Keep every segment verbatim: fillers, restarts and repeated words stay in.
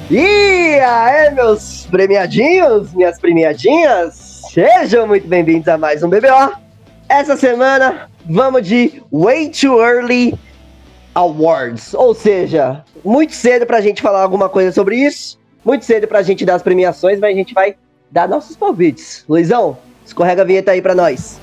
E aí, meus premiadinhos, minhas premiadinhas, sejam muito bem-vindos a mais um B B O. Essa semana vamos de Way Too Early Awards, ou seja, muito cedo pra gente falar alguma coisa sobre isso, muito cedo pra gente dar as premiações, mas a gente vai dar nossos palpites. Luizão, escorrega a vinheta aí pra nós.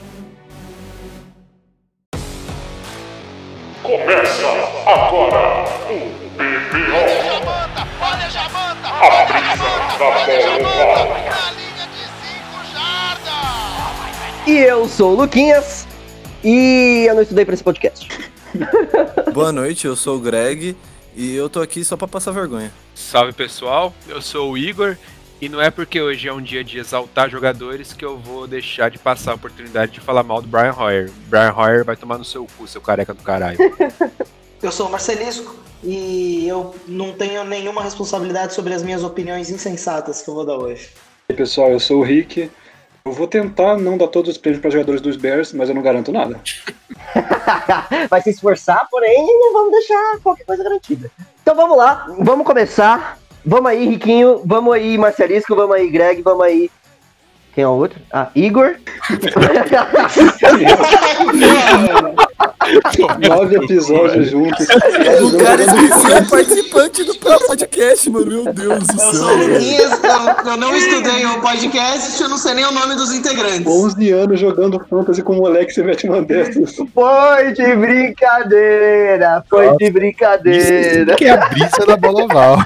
Começa agora o B B O. Olha Jamanta, A olha brisa Jamanta, da olha Jamanta, bola. na linha de cinco jardas. E eu sou o Luquinhas, e eu não estudei pra esse podcast. Boa noite, eu sou o Greg e eu tô aqui só pra passar vergonha. Salve pessoal, eu sou o Igor e não é porque hoje é um dia de exaltar jogadores que eu vou deixar de passar a oportunidade de falar mal do Brian Hoyer. Brian Hoyer vai tomar no seu cu, seu careca do caralho. Eu sou o Marcelisco e eu não tenho nenhuma responsabilidade sobre as minhas opiniões insensatas que eu vou dar hoje. E aí, pessoal, eu sou o Rick. Eu vou tentar não dar todos os prêmios para jogadores dos Bears, mas eu não garanto nada. Vai se esforçar, porém não vamos deixar qualquer coisa garantida. Então vamos lá, vamos começar. Vamos aí, Riquinho, vamos aí, Marcelisco, vamos aí, Greg, vamos aí. Quem é o outro? Ah, Igor. Nove episódios juntos. O cara esqueceu o participante do próprio podcast, mano. Meu Deus do Eu céu. sou o Luquinhas, eu, eu não estudei o podcast, eu não sei nem o nome dos integrantes. onze anos jogando fantasy com o moleque, você mete uma dessas. Foi de brincadeira, foi Nossa, de brincadeira. Que é a brisa da bola oval.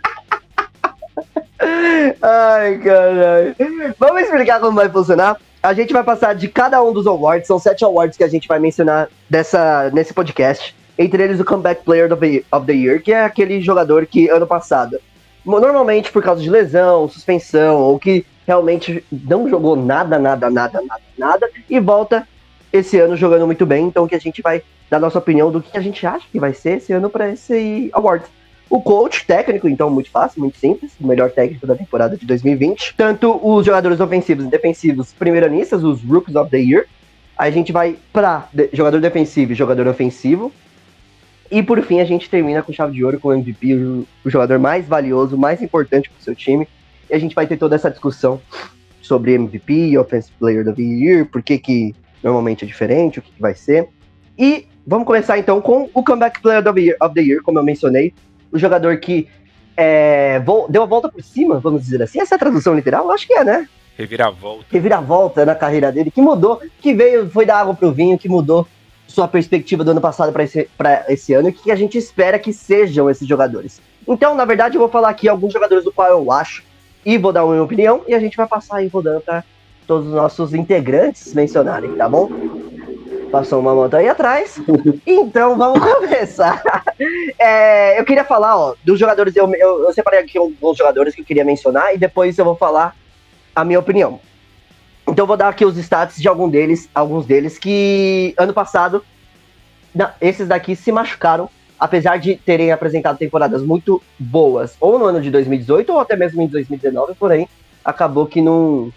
Ai, caralho. Vamos explicar como vai funcionar? A gente vai passar de cada um dos awards, são sete awards que a gente vai mencionar dessa, nesse podcast. Entre eles o Comeback Player of the, of the Year, que é aquele jogador que ano passado, normalmente por causa de lesão, suspensão, ou que realmente não jogou nada, nada, nada, nada, nada, e volta esse ano jogando muito bem. Então que a gente vai dar nossa opinião do que a gente acha que vai ser esse ano para esse award. O coach técnico, então, muito fácil, muito simples, o melhor técnico da temporada de dois mil e vinte. Tanto os jogadores ofensivos e defensivos primeiranistas, os Rookies of the Year. Aí a gente vai para de- jogador defensivo e jogador ofensivo. E por fim a gente termina com chave de ouro com o M V P, o, o jogador mais valioso, mais importante para o seu time. E a gente vai ter toda essa discussão sobre M V P, Offensive Player of the Year, por que que normalmente é diferente, o que, que vai ser. E vamos começar então com o Comeback Player of the Year, of the year como eu mencionei. O jogador que é, vo- deu a volta por cima, vamos dizer assim. Essa é a tradução literal? Eu acho que é, né? Reviravolta. Reviravolta na carreira dele, que mudou, que veio, foi dar água pro vinho, que mudou sua perspectiva do ano passado para esse, pra esse ano, e que a gente espera que sejam esses jogadores. Então, na verdade, eu vou falar aqui alguns jogadores do qual eu acho, e vou dar uma minha opinião, e a gente vai passar aí rodando para todos os nossos integrantes mencionarem, tá bom? Passou uma moto aí atrás. Então vamos começar. É, eu queria falar, ó, dos jogadores. Eu, eu, eu separei aqui alguns jogadores que eu queria mencionar e depois eu vou falar a minha opinião. Então eu vou dar aqui os stats de algum deles, alguns deles que ano passado, não, esses daqui se machucaram, apesar de terem apresentado temporadas muito boas, ou no ano de dois mil e dezoito, ou até mesmo em dois mil e dezenove, porém, acabou que não.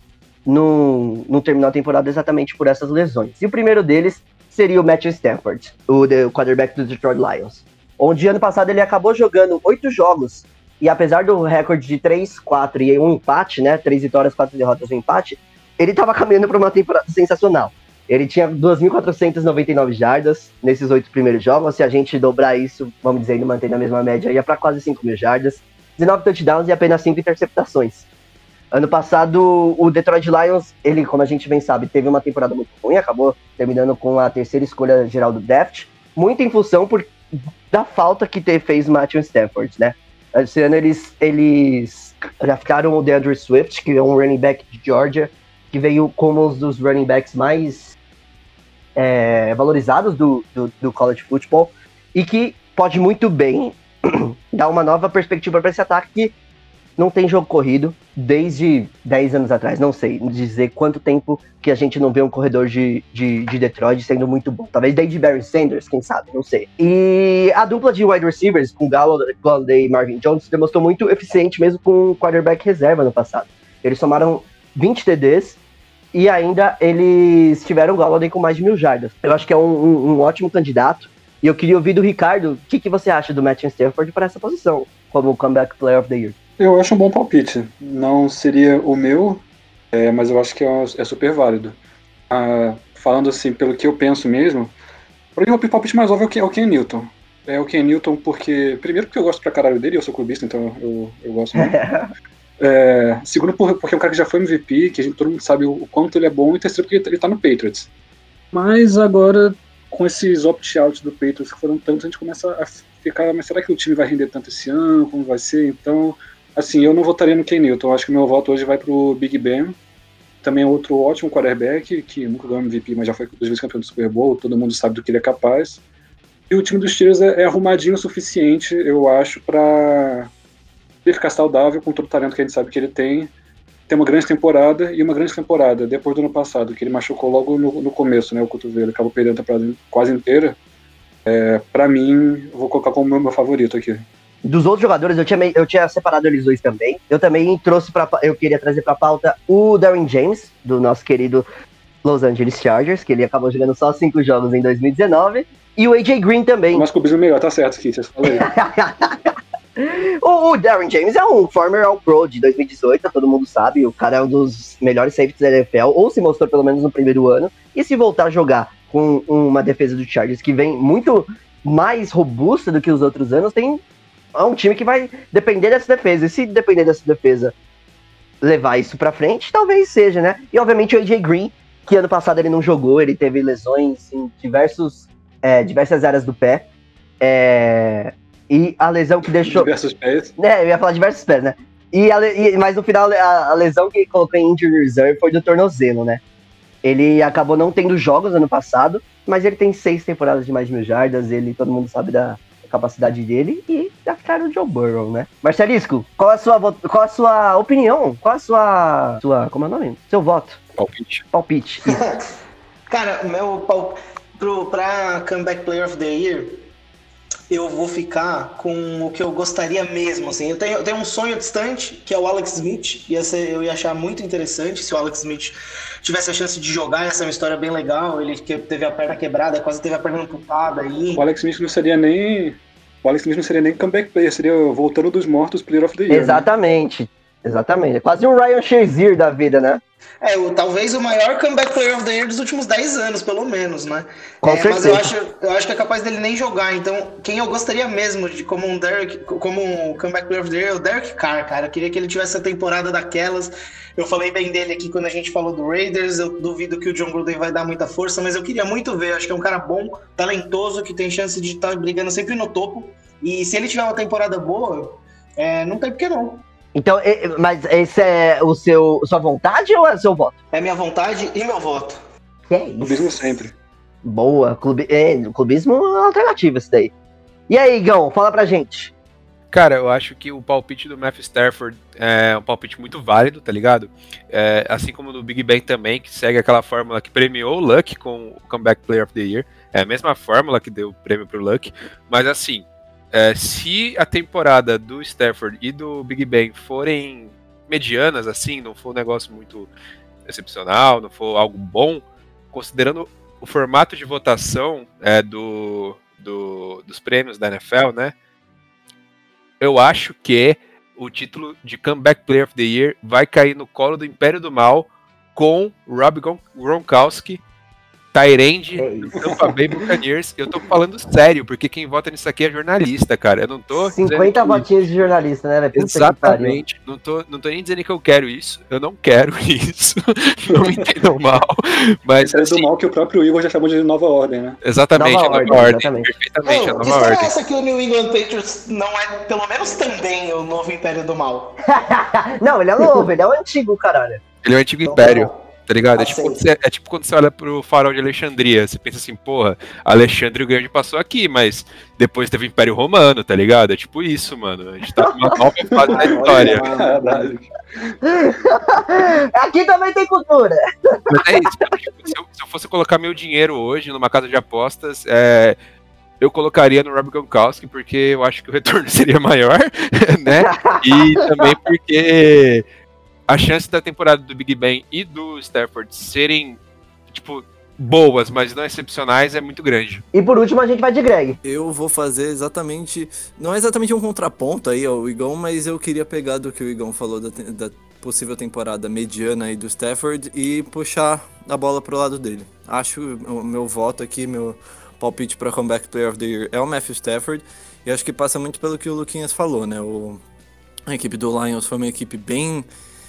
Não, não terminou a temporada exatamente por essas lesões. E o primeiro deles seria o Matthew Stafford, o, o quarterback do Detroit Lions, onde ano passado ele acabou jogando oito jogos, e apesar do recorde de três, quatro e um empate, né, três vitórias, quatro derrotas e um empate, ele estava caminhando para uma temporada sensacional. Ele tinha duas mil quatrocentas e noventa e nove jardas nesses oito primeiros jogos. Se a gente dobrar isso, vamos dizer, ele mantém na mesma média, ia para quase cinco mil jardas, dezenove touchdowns e apenas cinco interceptações. Ano passado, o Detroit Lions, ele, como a gente bem sabe, teve uma temporada muito ruim, acabou terminando com a terceira escolha geral do draft, muito em função por, da falta que te, fez o Matthew Stafford, né? Esse ano eles, eles draftaram o DeAndre Swift, que é um running back de Georgia, que veio como um dos running backs mais é, valorizados do, do, do college football, e que pode muito bem dar uma nova perspectiva para esse ataque que não tem jogo corrido desde dez anos atrás, não sei dizer quanto tempo que a gente não vê um corredor de, de, de Detroit sendo muito bom. Talvez desde Barry Sanders, quem sabe, não sei. E a dupla de wide receivers, com Golladay e Marvin Jones, demonstrou muito eficiente mesmo com o quarterback reserva no passado. Eles somaram vinte T Ds e ainda eles tiveram Golladay com mais de mil jardas. Eu acho que é um, um, um ótimo candidato E eu queria ouvir do Ricardo, o que, que você acha do Matthew Stafford para essa posição, como Comeback Player of the Year? Eu acho um bom palpite. Não seria o meu, é, mas eu acho que é, é super válido. Ah, falando assim, pelo que eu penso mesmo, para mim o palpite mais óbvio é o Ken, é o Ken Newton. É o Ken Newton porque, primeiro porque eu gosto pra caralho dele, eu sou clubista, então eu, eu gosto muito. É, segundo porque é um cara que já foi M V P, que a gente, todo mundo sabe o, o quanto ele é bom, e terceiro porque ele tá no Patriots. Mas agora, com esses opt-outs do Patriots que foram tantos, a gente começa a ficar, mas será que o time vai render tanto esse ano? Como vai ser? Então, assim, eu não votaria no Ken Newton. Eu acho que o meu voto hoje vai pro Big Ben. Também é outro ótimo quarterback, que nunca ganhou M V P, mas já foi duas vezes campeão do Super Bowl, todo mundo sabe do que ele é capaz. E o time dos Steelers é, é arrumadinho o suficiente, eu acho, pra ele ficar saudável com todo o talento que a gente sabe que ele tem. Tem uma grande temporada, e uma grande temporada depois do ano passado, que ele machucou logo no, no começo, né, o cotovelo, acabou perdendo a temporada quase inteira. É, pra mim, eu vou colocar como meu, meu favorito aqui. Dos outros jogadores, eu tinha, meio- eu tinha separado eles dois também. Eu também trouxe pra, pa- eu queria trazer pra pauta o Derwin James, do nosso querido Los Angeles Chargers, que ele acabou jogando só cinco jogos em dois mil e dezenove. E o A J Green também. Mas clubismo melhor, tá certo aqui, vocês falaram aí. o, o Derwin James é um former All-Pro de dois mil e dezoito, todo mundo sabe. O cara é um dos melhores safeties da N F L, ou se mostrou pelo menos no primeiro ano. E se voltar a jogar com uma defesa do Chargers que vem muito mais robusta do que os outros anos, tem é um time que vai depender dessa defesa. E se depender dessa defesa levar isso pra frente, talvez seja, né? E obviamente o A J Green, que ano passado ele não jogou, ele teve lesões em diversos, é, diversas áreas do pé. É, e a lesão que deixou... Diversos pés. É, eu ia falar diversos pés, né? E, a, le- e- mas no final, a, a lesão que colocou em injury reserve foi do tornozelo, né? Ele acabou não tendo jogos ano passado, mas ele tem seis temporadas de mais de mil jardas, ele, todo mundo sabe da capacidade dele, e da cara do Joe Burrow, né? Marcelisco, qual a sua, vo- qual a sua opinião? Qual a sua, sua... Como é o nome? Seu voto? Palpite. Palpite. Isso. Cara, o meu pau pro, pra Comeback Player of the Year, eu vou ficar com o que eu gostaria mesmo, assim. Eu tenho, eu tenho um sonho distante, que é o Alex Smith. Ia ser, eu ia achar muito interessante se o Alex Smith tivesse a chance de jogar. Essa é uma história bem legal. Ele que teve a perna quebrada, quase teve a perna amputada aí. O Alex Smith não seria nem. O Alex Smith não seria nem comeback player, seria voltando dos mortos Player of the Year. Né? Exatamente. Exatamente. É quase um Ryan Shazier da vida, né? É, o, talvez o maior Comeback Player of the Year dos últimos dez anos, pelo menos, né? Com É, mas certeza. eu acho, eu acho que é capaz dele nem jogar. Então, quem eu gostaria mesmo de como um Derek, como um Comeback Player of the Year é o Derek Carr, cara. Eu queria que ele tivesse a temporada daquelas. Eu falei bem dele aqui quando a gente falou do Raiders. Eu duvido que o John Gruden vai dar muita força, mas eu queria muito ver. Eu acho que é um cara bom, talentoso, que tem chance de estar brigando sempre no topo. E se ele tiver uma temporada boa, é, não tem por que não. Então, e- mas esse é o seu, sua vontade ou é o seu voto? É minha vontade e meu voto. Que é Clubismo isso? sempre. Boa, clube, é, clubismo é uma alternativa esse daí. E aí, Igão, fala pra gente. Cara, eu acho que o palpite do Matthew Stafford é um palpite muito válido, tá ligado? É, assim como o do Big Ben também, que segue aquela fórmula que premiou o Luck com o Comeback Player of the Year. É a mesma fórmula que deu o prêmio pro Luck. Mas assim, é, se a temporada do Stafford e do Big Ben forem medianas, assim, não for um negócio muito excepcional, não for algo bom, considerando o formato de votação é, do, do, dos prêmios da N F L, né? Eu acho que o título de Comeback Player of the Year vai cair no colo do Império do Mal com Rob Gon- Gronkowski, Tyrande É do isso. Tampa Bay Buccaneers. Eu tô falando sério, porque quem vota nisso aqui é jornalista, cara. Eu não tô dizendo cinquenta que- votinhos de jornalista, né, velho? Puta que pariu. Exatamente. Não tô, não tô nem dizendo que eu quero isso. Eu não quero isso. Não me entendam mal. Mas Esse é do assim, mal que o próprio Igor já chamou de nova ordem, né? exatamente, Nova a nova ordem, ordem. exatamente. Perfeitamente, a Ô, que nova história é ordem. essa que o New England Patriots não é, pelo menos também, o novo Império do Mal? Não, ele é novo, ele é o antigo, caralho. Ele é o antigo Então, império. tá bom. Tá ligado? É tipo, Aceito. quando você, é tipo quando você olha pro farol de Alexandria, você pensa assim, porra, Alexandre o Grande passou aqui, mas depois teve o Império Romano, tá ligado? É tipo isso, mano. A gente tá numa nova fase da história. Caralho. Aqui também tem cultura. Mas é isso, cara. Tipo, se, eu, se eu fosse colocar meu dinheiro hoje numa casa de apostas, é, eu colocaria no Rob Gronkowski, porque eu acho que o retorno seria maior, né? E também porque a chance da temporada do Big Ben e do Stafford serem, tipo, boas, mas não excepcionais, é muito grande. E por último, a gente vai de Greg. Eu vou fazer exatamente, não é exatamente um contraponto aí ao Igão, mas eu queria pegar do que o Igão falou da, te- da possível temporada mediana aí do Stafford e puxar a bola pro lado dele. Acho o meu voto aqui, meu palpite para Comeback Player of the Year é o Matthew Stafford, e acho que passa muito pelo que o Luquinhas falou, né? O, a equipe do Lions foi uma equipe bem...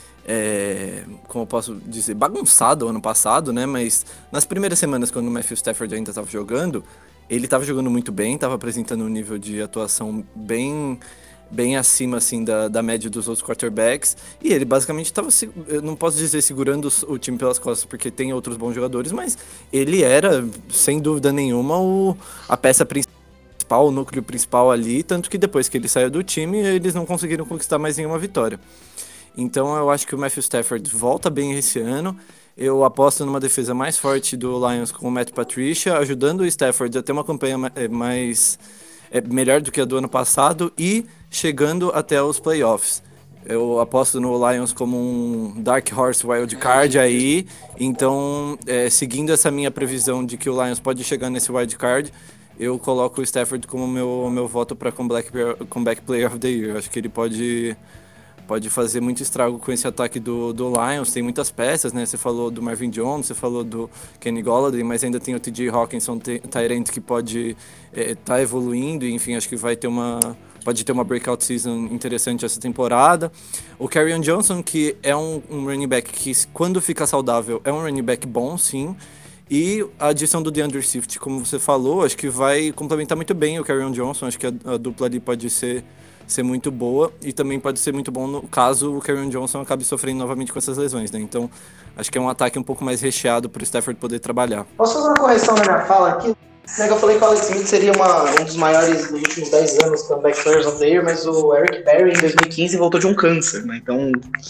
É, como eu posso dizer, bagunçado ano passado, né? Mas nas primeiras semanas, quando o Matthew Stafford ainda estava jogando, ele estava jogando muito bem, estava apresentando um nível de atuação bem, bem acima assim, da, da média dos outros quarterbacks. E ele basicamente estava, eu não posso dizer segurando o time pelas costas, porque tem outros bons jogadores, mas ele era, sem dúvida nenhuma, o, a peça principal, o núcleo principal ali. Tanto que depois que ele saiu do time, eles não conseguiram conquistar mais nenhuma vitória. Então eu acho que o Matthew Stafford volta bem esse ano. Eu aposto numa defesa mais forte do Lions com o Matt Patricia, ajudando o Stafford a ter uma campanha mais é, melhor do que a do ano passado e chegando até os playoffs. Eu aposto no Lions como um Dark Horse Wild Card aí. Então, é, seguindo essa minha previsão de que o Lions pode chegar nesse Wild Card, eu coloco o Stafford como meu, meu voto para Comeback, Comeback Player of the Year. Acho que ele pode... Pode fazer muito estrago com esse ataque do, do Lions. Tem muitas peças, né? Você falou do Marvin Jones, você falou do Kenny Golladay, mas ainda tem o T J Hawkinson, tight end, que pode estar é, tá evoluindo. E, enfim, acho que vai ter uma... Pode ter uma breakout season interessante essa temporada. O Kerryon Johnson, que é um, um running back que, quando fica saudável, é um running back bom, sim. E a adição do DeAndre Swift, como você falou, acho que vai complementar muito bem o Kerryon Johnson. Acho que a, a dupla ali pode ser... ser muito boa, e também pode ser muito bom no caso o Kerryon Johnson acabe sofrendo novamente com essas lesões, né? Então, acho que é um ataque um pouco mais recheado para o Stafford poder trabalhar. Posso fazer uma correção na minha fala aqui? É que eu falei que o Alex Smith seria uma, um dos maiores dos últimos dez anos Comeback Players of the Year, mas o Eric Berry em dois mil e quinze voltou de um câncer, né? Então...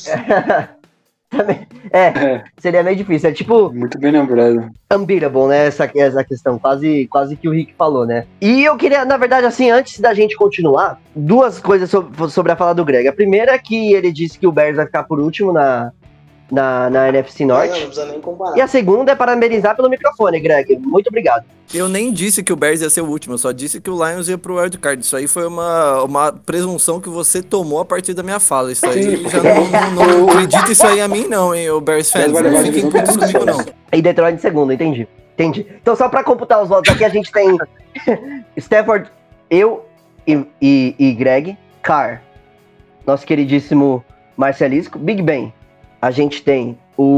é, seria meio difícil. É tipo... Muito bem lembrado. Unbeatable, né? Essa, essa questão. Quase, quase que o Rick falou, né? E eu queria, na verdade, assim, antes da gente continuar, duas coisas sobre, sobre a fala do Greg. A primeira é que ele disse que o Bears vai ficar por último na, na, na N F C Norte. Não, não precisa nem comparar. E a segunda é parabenizar pelo microfone, Greg. Muito obrigado. Eu nem disse que o Bears ia ser o último, eu só disse que o Lions ia pro Wild Card. Isso aí foi uma, uma presunção que você tomou a partir da minha fala. Isso aí, Sim. já não, não, não acredita isso aí a mim não, hein, o Bears fans. Não fiquem putos comigo, não. E Detroit em segundo, entendi. Entendi. Então, só pra computar os votos aqui, a gente tem Stafford, eu e, e, e Greg, Carr, nosso queridíssimo Marcelisco, Big Ben. A gente tem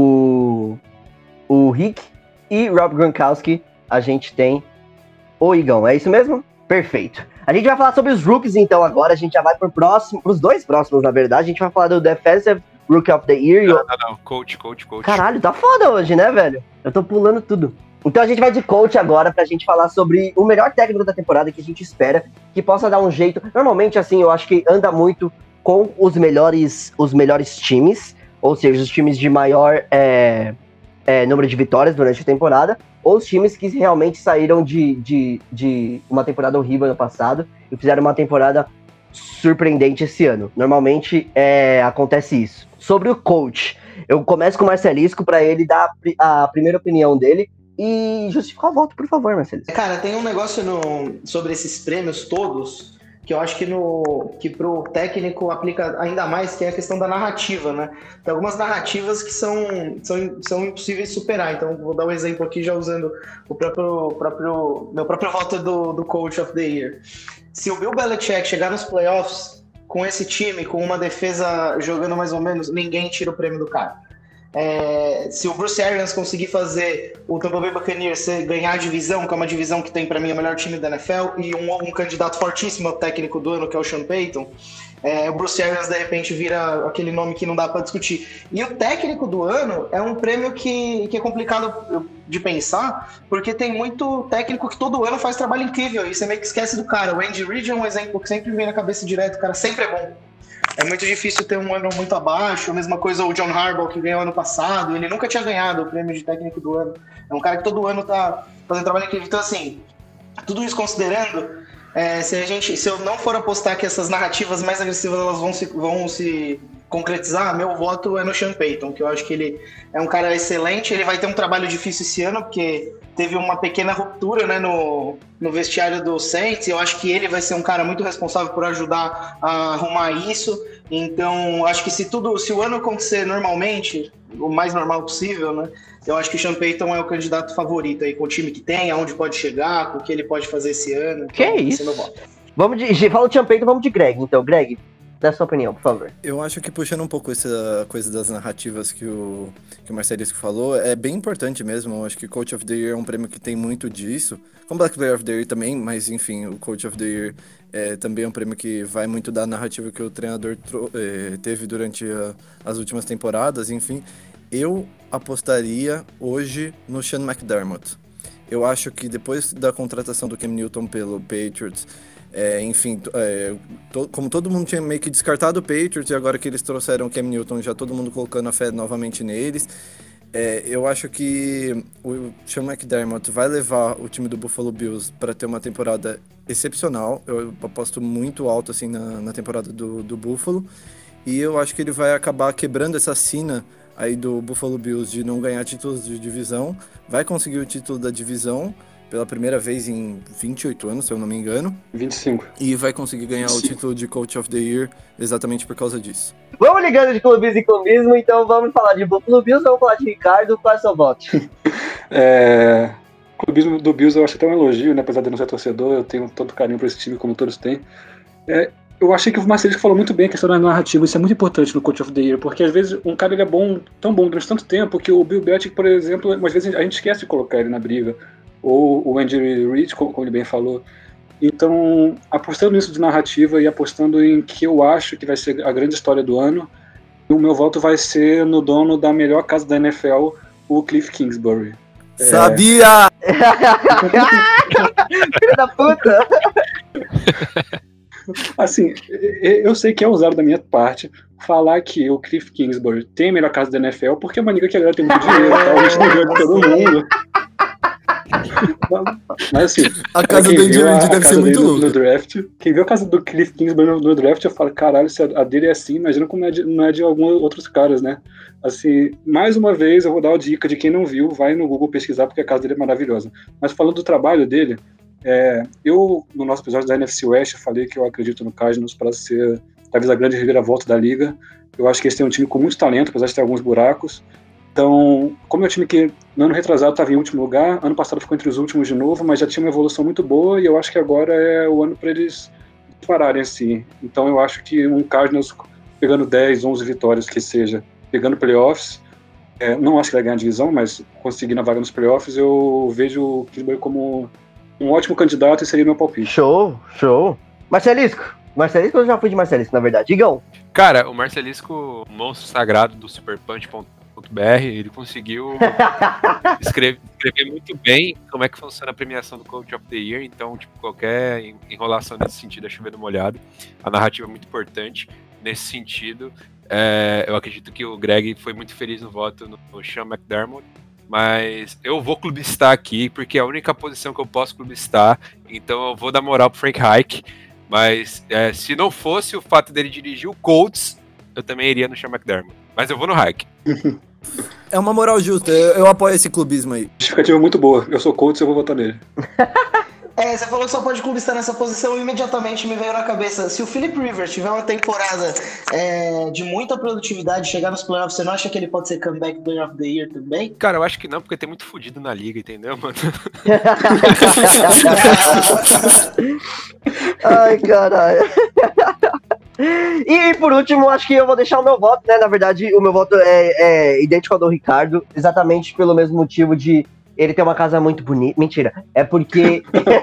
o, o Rick e Rob Gronkowski. A gente tem o Igão. É isso mesmo? Perfeito. A gente vai falar sobre os rookies, então, agora. A gente já vai pro próximo, pros dois próximos, na verdade. A gente vai falar do Defensive Rookie of the Year. Não, não, não. Coach, coach, coach. Caralho, tá foda hoje, né, velho? Eu tô pulando tudo. Então a gente vai de coach agora pra gente falar sobre o melhor técnico da temporada que a gente espera que possa dar um jeito. Normalmente, assim, eu acho que anda muito com os melhores, os melhores times, ou seja, os times de maior é, é, número de vitórias durante a temporada, ou os times que realmente saíram de, de, de uma temporada horrível ano passado e fizeram uma temporada surpreendente esse ano. Normalmente é, acontece isso. Sobre o coach, eu começo com o Marcelisco para ele dar a primeira opinião dele e justificar o voto, por favor, Marcelisco. Cara, tem um negócio no, sobre esses prêmios todos que eu acho que, no, que pro técnico aplica ainda mais, que é a questão da narrativa, né? Tem algumas narrativas que são, são, são impossíveis de superar. Então, vou dar um exemplo aqui já usando o próprio, próprio meu próprio voto do, do Coach of the Year. Se o Bill Belichick chegar nos playoffs com esse time, com uma defesa jogando mais ou menos, ninguém tira o prêmio do cara. É, se o Bruce Arians conseguir fazer o Tampa Bay Buccaneers ganhar a divisão, que é uma divisão que tem para mim o melhor time da N F L, e um, um candidato fortíssimo ao técnico do ano, que é o Sean Payton, é, o Bruce Arians de repente vira aquele nome que não dá para discutir. E o técnico do ano é um prêmio que, que é complicado de pensar, porque tem muito técnico que todo ano faz trabalho incrível e você meio que esquece do cara. O Andy Reid é um exemplo que sempre vem na cabeça direto, o cara sempre é bom. É muito difícil ter um ano muito abaixo. A mesma coisa o John Harbaugh, que ganhou ano passado. Ele nunca tinha ganhado o prêmio de técnico do ano. É um cara que todo ano tá fazendo trabalho incrível. Então, assim, tudo isso considerando, É, se, a gente, se eu não for apostar que essas narrativas mais agressivas elas vão se, vão se concretizar, meu voto é no Sean Payton, que eu acho que ele é um cara excelente. Ele vai ter um trabalho difícil esse ano, porque teve uma pequena ruptura, né, no, no vestiário do Saints. Eu acho que ele vai ser um cara muito responsável por ajudar a arrumar isso. Então, acho que se tudo, se o ano acontecer normalmente, o mais normal possível, né, eu acho que o Sean Payton é o candidato favorito aí, com o time que tem, aonde pode chegar, com o que ele pode fazer esse ano. Que então, isso? é meu voto. Vamos de, fala o Sean Payton, vamos de Greg. Então, Greg, dá a sua opinião, por favor. Eu acho que puxando um pouco essa coisa das narrativas que o, que o Marcelisco falou, é bem importante mesmo. Eu acho que Coach of the Year é um prêmio que tem muito disso. Com Black Player of the Year também, mas enfim, o Coach of the Year é também um prêmio que vai muito da narrativa que o treinador tro- eh, teve durante a, as últimas temporadas, enfim. Eu apostaria hoje no Sean McDermott. Eu acho que depois da contratação do Cam Newton pelo Patriots, é, enfim, é, to, como todo mundo tinha meio que descartado o Patriots, e agora que eles trouxeram o Cam Newton, já todo mundo colocando a fé novamente neles, é, eu acho que o Sean McDermott vai levar o time do Buffalo Bills para ter uma temporada excepcional. Eu aposto muito alto assim, na, na temporada do, do Buffalo, e eu acho que ele vai acabar quebrando essa sina aí do Buffalo Bills de não ganhar títulos de divisão, vai conseguir o título da divisão pela primeira vez em vinte e oito anos, se eu não me engano. vinte e cinco. E vai conseguir ganhar o título de Coach of the Year exatamente por causa disso. Vamos ligando de clubismo em clubismo, então vamos falar de Buffalo Bills, vamos falar de Ricardo, qual é o seu voto? É, o clubismo do Bills eu acho até um elogio, né? Apesar de não ser torcedor, eu tenho todo carinho por esse time, como todos têm. É, eu achei que o Marcelisco falou muito bem a questão da narrativa, isso é muito importante no Coach of the Year, porque às vezes um cara ele é bom, tão bom durante tanto tempo, que o Bill Belichick, por exemplo, às vezes a gente esquece de colocar ele na briga, ou o Andy Reid, como ele bem falou. Então, apostando nisso de narrativa e apostando em que eu acho que vai ser a grande história do ano, o meu voto vai ser no dono da melhor casa da N F L, o Cliff Kingsbury. Sabia! Filho da puta! Assim, eu sei que é ousado da minha parte falar que o Cliff Kingsbury tem a melhor casa da N F L porque é uma liga que agora tem muito dinheiro, tá? A gente não ganha de todo mundo. Mas assim, a casa do Andy Reid deve ser muito louca. No draft, quem viu a casa do Cliff Kingsbury no, no draft, eu falo, caralho, se a dele é assim, imagina como é de, não é de alguns outros caras, né? Assim, mais uma vez eu vou dar a dica de quem não viu, vai no Google pesquisar porque a casa dele é maravilhosa. Mas falando do trabalho dele, É, eu, no nosso episódio da N F C West, eu falei que eu acredito no Cardinals para ser talvez a grande reviravolta da liga. Eu acho que eles têm um time com muito talento, apesar de ter alguns buracos. Então, como é um time que no ano retrasado estava em último lugar, ano passado ficou entre os últimos de novo, mas já tinha uma evolução muito boa e eu acho que agora é o ano para eles pararem assim. Então eu acho que um Cardinals pegando dez, onze vitórias, que seja, pegando playoffs, é, não acho que vai ganhar a divisão, mas conseguindo a vaga nos playoffs, eu vejo o Kingsbury como um ótimo candidato e seria meu palpite. Show, show. Marcelisco. Marcelisco eu já fui de Marcelisco, na verdade. Digam. Cara, o Marcelisco, monstro sagrado do superpunch ponto b r, ele conseguiu escrever, escrever muito bem como é que funciona a premiação do Coach of the Year. Então, tipo, qualquer enrolação nesse sentido é chover no molhado. A narrativa é muito importante nesse sentido. É, eu acredito que o Greg foi muito feliz no voto no, no Sean McDermott. Mas eu vou clubistar aqui, porque é a única posição que eu posso clubistar. Então eu vou dar moral pro Frank Reich. Mas é, se não fosse o fato dele dirigir o Colts, eu também iria no Sean McDermott. Mas eu vou no Reich. É uma moral justa, eu, eu apoio esse clubismo aí. Justificativa muito boa. Eu sou Colts e eu vou votar nele. É, você falou que só pode clubistar nessa posição e imediatamente me veio na cabeça. Se o Philip Rivers tiver uma temporada é, de muita produtividade, chegar nos playoffs, você não acha que ele pode ser comeback player of the year também? Cara, eu acho que não, porque tem muito fudido na liga, entendeu, mano? Ai, caralho. E por último, acho que eu vou deixar o meu voto, né? Na verdade, o meu voto é, é idêntico ao do Ricardo, exatamente pelo mesmo motivo de ele ter uma casa muito bonita. Mentira. É porque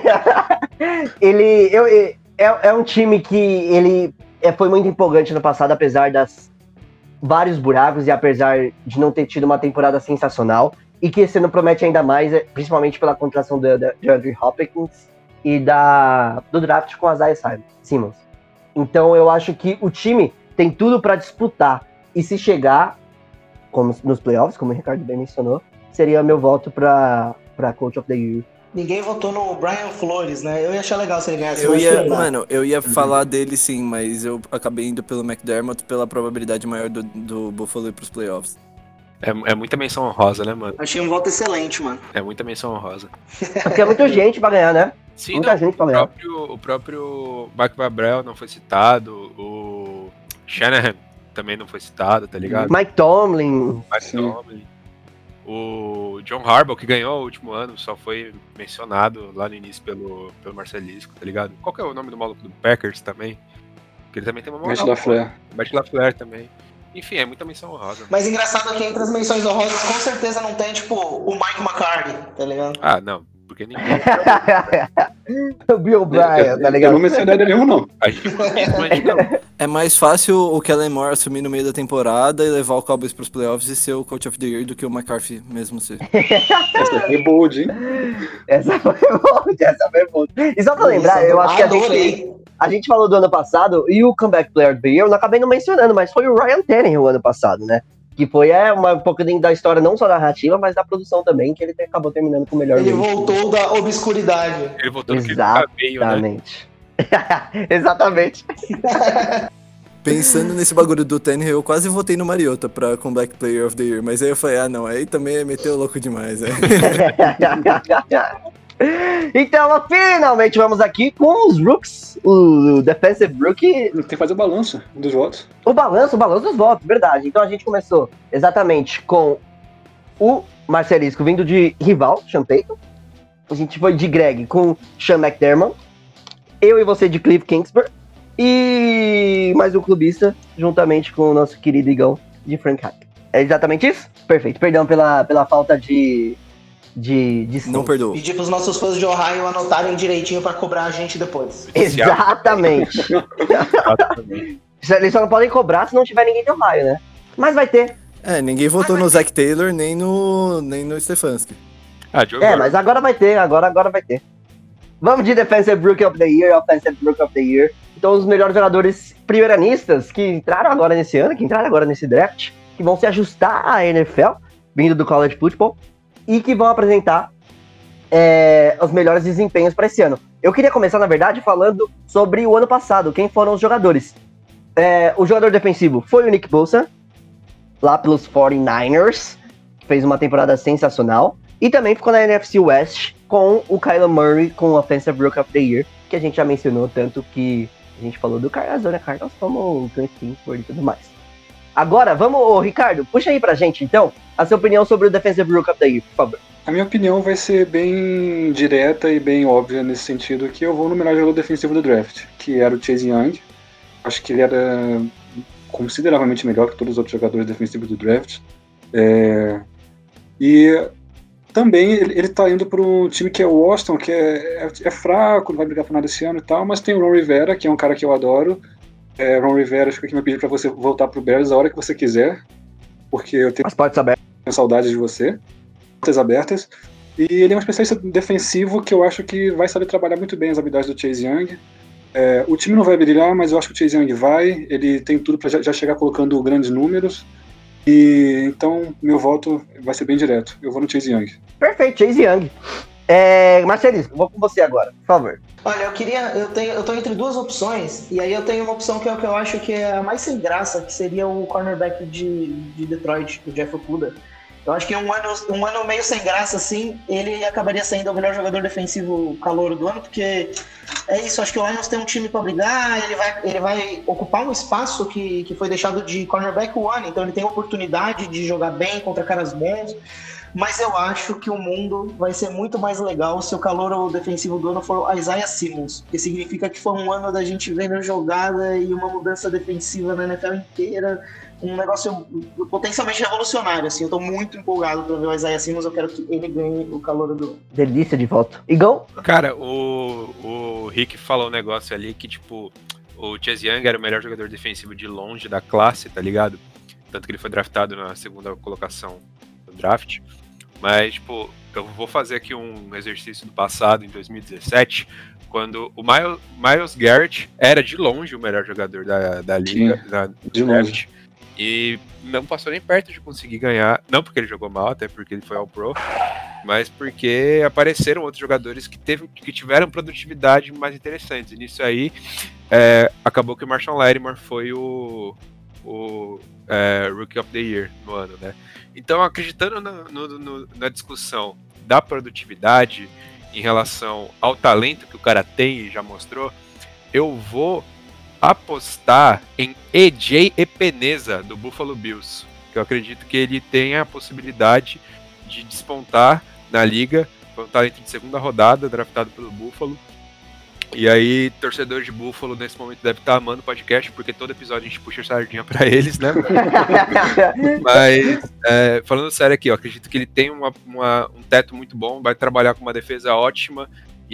ele eu, é, é um time que ele é, foi muito empolgante no passado, apesar das vários buracos e apesar de não ter tido uma temporada sensacional. E que esse ano promete ainda mais, principalmente pela contratação do, de Andrew Hopkins e da, do draft com a Isaiah Simmons. Então eu acho que o time tem tudo para disputar. E se chegar como nos playoffs, como o Ricardo bem mencionou, seria meu voto para Coach of the Year Ninguém votou no Brian Flores, né? Eu ia achar legal se ele ganhasse. Eu mas ia, não dá. mano, eu ia falar dele sim, mas eu acabei indo pelo McDermott pela probabilidade maior do, do Buffalo ir pros playoffs. É, é muita menção honrosa, né, mano? Achei um voto excelente, mano. É muita menção honrosa. Porque é muita gente pra ganhar, né? Sim, Muita não, gente pra o, ganhar. próprio, o próprio Mike Vabrell não foi citado, o Shanahan também não foi citado, tá ligado? Mike Tomlin. Mike Sim. Tomlin. O John Harbaugh, que ganhou o último ano, só foi mencionado lá no início pelo, pelo Marcelisco, tá ligado? Qual que é o nome do maluco do Packers também? Porque ele também tem uma Matt moral. LaFleur. Matt LaFleur também. Enfim, é muita menção honrosa. Mas engraçado que entre as menções honrosas com certeza não tem, tipo, o Mike McCarthy, tá ligado? Ah, não, porque ninguém. O Bill Bryan, tá Eu não ligado? mencionaria nenhum, não. A gente não mas não. É mais fácil o Kellen Moore assumir no meio da temporada e levar o Cowboys pros playoffs e ser o Coach of the Year do que o McCarthy mesmo ser. Essa foi bold, hein? Essa foi boa, essa foi boa. E só pra lembrar, eu acho que a gente, Adorei. a gente falou do ano passado e o Comeback Player of the Year, eu não acabei não mencionando, mas foi o Ryan Tannehill ano passado, né? Que foi é, uma, um pouquinho da história, não só da narrativa, mas da produção também, que ele acabou terminando com o melhor Ele rating. voltou da obscuridade. Ele voltou no que ele tá meio, né? Exatamente. Exatamente. Pensando nesse bagulho do Tannehill, eu quase votei no Mariota pra Comeback Player of the Year, mas aí eu falei, ah não, aí também meteu louco demais, né? Então, finalmente vamos aqui com os Rooks, o Defensive Rookie, Tem que fazer o balanço dos votos. o balanço, o balanço dos votos, verdade. Então a gente começou exatamente com o Marcelisco vindo de rival, Sean Payton. A gente foi de Greg com Sean McDermott. Eu e você de Cliff Kingsbury. E mais um clubista, juntamente com o nosso querido Igão de Frank Reich. É exatamente isso? Perfeito. Perdão pela, pela falta de... de, de som. Não perdoa. Pedir pros nossos fãs de Ohio anotarem direitinho pra cobrar a gente depois. Exatamente. Eles só não podem cobrar se não tiver ninguém de Ohio, né? Mas vai ter. É, ninguém votou no Zach Taylor nem no, nem no Stefanski. Ah, Joe É, Burrow. mas agora vai ter, agora, agora vai ter. Vamos de Defensive Rookie of the Year, Offensive Rookie of the Year. Então, os melhores jogadores primeiranistas que entraram agora nesse ano, que entraram agora nesse draft, que vão se ajustar à N F L, vindo do College Football, e que vão apresentar é, os melhores desempenhos para esse ano. Eu queria começar, na verdade, falando sobre o ano passado, quem foram os jogadores. É, o jogador defensivo foi o Nick Bosa, lá pelos forty-niners, fez uma temporada sensacional, e também ficou na N F C West com o Kyler Murray com o Offensive Rookie of the Year, que a gente já mencionou, tanto que a gente falou do Arizona Cardinals como o Cliff Kingsbury e tudo mais. Agora, vamos, ô, Ricardo, puxa aí pra gente, então, a sua opinião sobre o Defensive Rookie of the Year, por favor. A minha opinião vai ser bem direta e bem óbvia nesse sentido, que eu vou no melhor jogador defensivo do draft, que era o Chase Young. Acho que ele era consideravelmente melhor que todos os outros jogadores defensivos do draft. É... E também ele, ele tá indo para um time que é o Washington, que é, é, é fraco, não vai brigar por nada esse ano e tal, mas tem o Ron Rivera, que é um cara que eu adoro. É, Ron Rivera, fica aqui me pedir para você voltar pro Bears a hora que você quiser, porque eu tenho As portas abertas. saudade de você. Portas abertas. E ele é um especialista defensivo que eu acho que vai saber trabalhar muito bem as habilidades do Chase Young. É, o time não vai brilhar, mas eu acho que o Chase Young vai. Ele tem tudo para já, já chegar colocando grandes números. E então, meu voto vai ser bem direto. Eu vou no Chase Young. Perfeito, Chase Young. É, Marcelisco, vou com você agora, por favor. Olha, eu queria. Eu, tenho, eu tô entre duas opções, e aí eu tenho uma opção que é o que eu acho que é a mais sem graça, que seria o cornerback de, de Detroit, o Jeff Okudah. Eu acho que um ano, um ano meio sem graça, assim, ele acabaria sendo o melhor jogador defensivo calouro do ano, porque é isso, acho que o Lions tem um time para brigar, ele vai, ele vai ocupar um espaço que, que foi deixado de cornerback one, então ele tem a oportunidade de jogar bem contra caras bons, mas eu acho que o mundo vai ser muito mais legal se o calouro defensivo do ano for o Isaiah Simmons, que significa que foi um ano da gente vendo jogada e uma mudança defensiva na N F L inteira, um negócio potencialmente revolucionário, assim, eu tô muito empolgado pra ver o Isaiah Simmons, eu quero que ele ganhe o calouro do ano. Delícia de voto. Igão? Cara, o, o Rick falou um negócio ali que, tipo, o Chase Young era o melhor jogador defensivo de longe da classe, tá ligado? Tanto que ele foi draftado na segunda colocação do draft. Mas, tipo, eu vou fazer aqui um exercício do passado, em dois mil e dezessete, quando o Miles, Myles Garrett era de longe o melhor jogador da, da liga. Sim, da, de longe. E não passou nem perto de conseguir ganhar. Não porque ele jogou mal, até porque ele foi ao Pro. mas porque apareceram outros jogadores que, teve, que tiveram produtividade mais interessantes. E nisso aí, é, acabou que o Marshon Lattimore foi o, o é, Rookie of the Year no ano, né? Então, acreditando na, no, no, na discussão da produtividade em relação ao talento que o cara tem e já mostrou, eu vou apostar em E J Epenesa, do Buffalo Bills, que eu acredito que ele tenha a possibilidade de despontar na liga. Foi um talento de segunda rodada, draftado pelo Buffalo. E aí, torcedor de Buffalo nesse momento deve estar amando o podcast, porque todo episódio a gente puxa sardinha pra eles, né? Mas, é, falando sério aqui, eu acredito que ele tem uma, uma, um teto muito bom, vai trabalhar com uma defesa ótima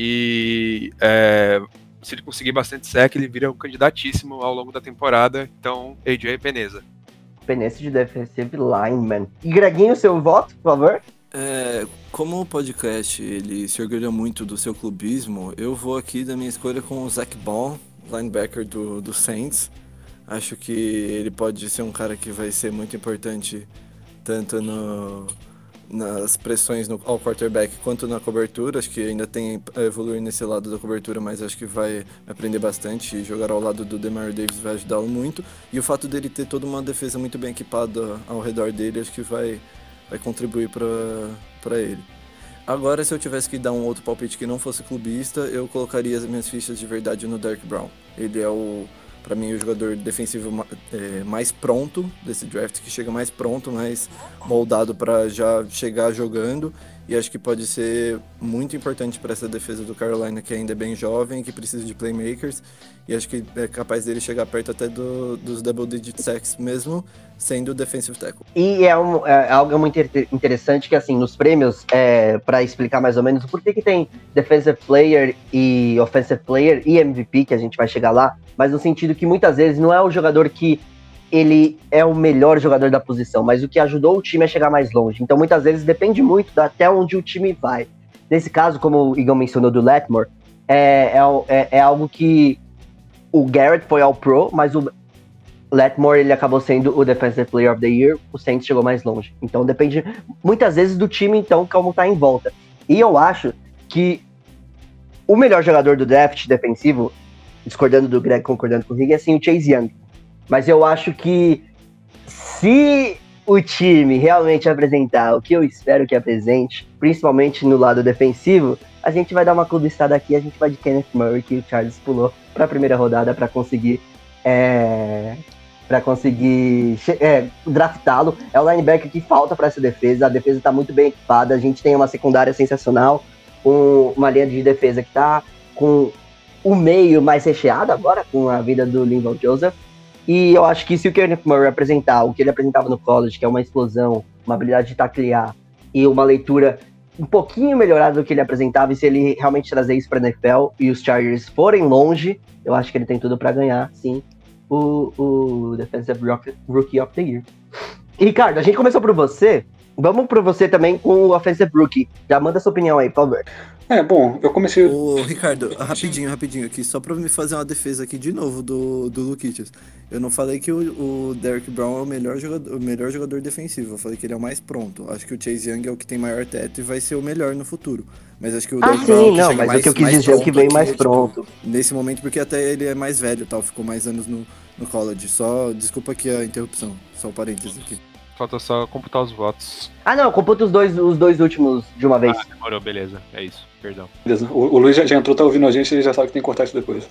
e é, se ele conseguir bastante sec, ele vira um candidatíssimo ao longo da temporada. Então, A J Epenesa. Epenesa de defensive lineman. E Greginho, seu voto, por favor? É, como o podcast ele se orgulha muito do seu clubismo, eu vou aqui da minha escolha com o Zach Bond, linebacker do, do Saints. Acho que ele pode ser um cara que vai ser muito importante tanto no, nas pressões no, ao quarterback quanto na cobertura. Acho que ainda tem a evoluir nesse lado da cobertura, mas acho que vai aprender bastante e jogar ao lado do Demario Davis vai ajudá-lo muito. E o fato dele ter toda uma defesa muito bem equipada ao redor dele, acho que vai... vai contribuir para ele. Agora, se eu tivesse que dar um outro palpite que não fosse clubista, eu colocaria as minhas fichas de verdade no Derrick Brown. Ele é, o, para mim, o jogador defensivo é, mais pronto desse draft, que chega mais pronto, mais moldado para já chegar jogando. E acho que pode ser muito importante para essa defesa do Carolina, que ainda é bem jovem, que precisa de playmakers. E acho que é capaz dele chegar perto até do, dos double digit sacks, mesmo sendo defensive tackle. E é, um, é algo muito interessante que, assim, nos prêmios, é, para explicar mais ou menos o porquê que tem defensive player e offensive player e M V P, que a gente vai chegar lá, mas no sentido que muitas vezes não é o jogador que ele é o melhor jogador da posição, mas o que ajudou o time a chegar mais longe. Então, muitas vezes, depende muito da, até onde o time vai. Nesse caso, como o Igor mencionou do Lattimore, é, é, é algo que o Garrett foi ao Pro, mas o Lattimore, ele acabou sendo o Defensive Player of the Year, o Saints chegou mais longe. Então, depende muitas vezes do time, então, como tá em volta. E eu acho que o melhor jogador do draft defensivo, discordando do Greg, concordando com o Rig, é assim, o Chase Young. Mas eu acho que se o time realmente apresentar o que eu espero que apresente, principalmente no lado defensivo, a gente vai dar uma clubistada aqui, a gente vai de Kenneth Murray, que o Charles pulou para a primeira rodada para conseguir, é, para conseguir é, draftá-lo. É o linebacker que falta para essa defesa, a defesa está muito bem equipada, a gente tem uma secundária sensacional, um, uma linha de defesa que está com o meio mais recheado agora, com a vida do Linval Joseph. E eu acho que se o Kenneth Murray apresentar o que ele apresentava no college, que é uma explosão, uma habilidade de taclear e uma leitura um pouquinho melhorada do que ele apresentava, e se ele realmente trazer isso para a N F L e os Chargers forem longe, eu acho que ele tem tudo para ganhar, sim, o, o Defensive Rookie of the Year. E, Ricardo, a gente começou por você, vamos por você também com o Offensive Rookie. Já manda sua opinião aí, por favor. É, bom, eu comecei... Ô, Ricardo, rapidinho, rapidinho aqui, só pra me fazer uma defesa aqui de novo do, do Luquitas. Eu não falei que o, o Derrick Brown é o melhor, jogador, o melhor jogador defensivo, eu falei que ele é o mais pronto. Acho que o Chase Young é o que tem maior teto e vai ser o melhor no futuro. Mas acho que o ah, Derrick sim, Brown... não, mas mais, o que eu quis dizer é o que vem mais aqui, pronto. Tipo, nesse momento, porque até ele é mais velho e tal, ficou mais anos no, no college. Só, desculpa aqui a interrupção, só um parênteses aqui. Falta só computar os votos. Ah, não, computa os dois, os dois últimos de uma vez. Ah, demorou, beleza. É isso, perdão. Beleza, o, o Luiz já, já entrou, tá ouvindo a gente, ele já sabe que tem que cortar isso depois.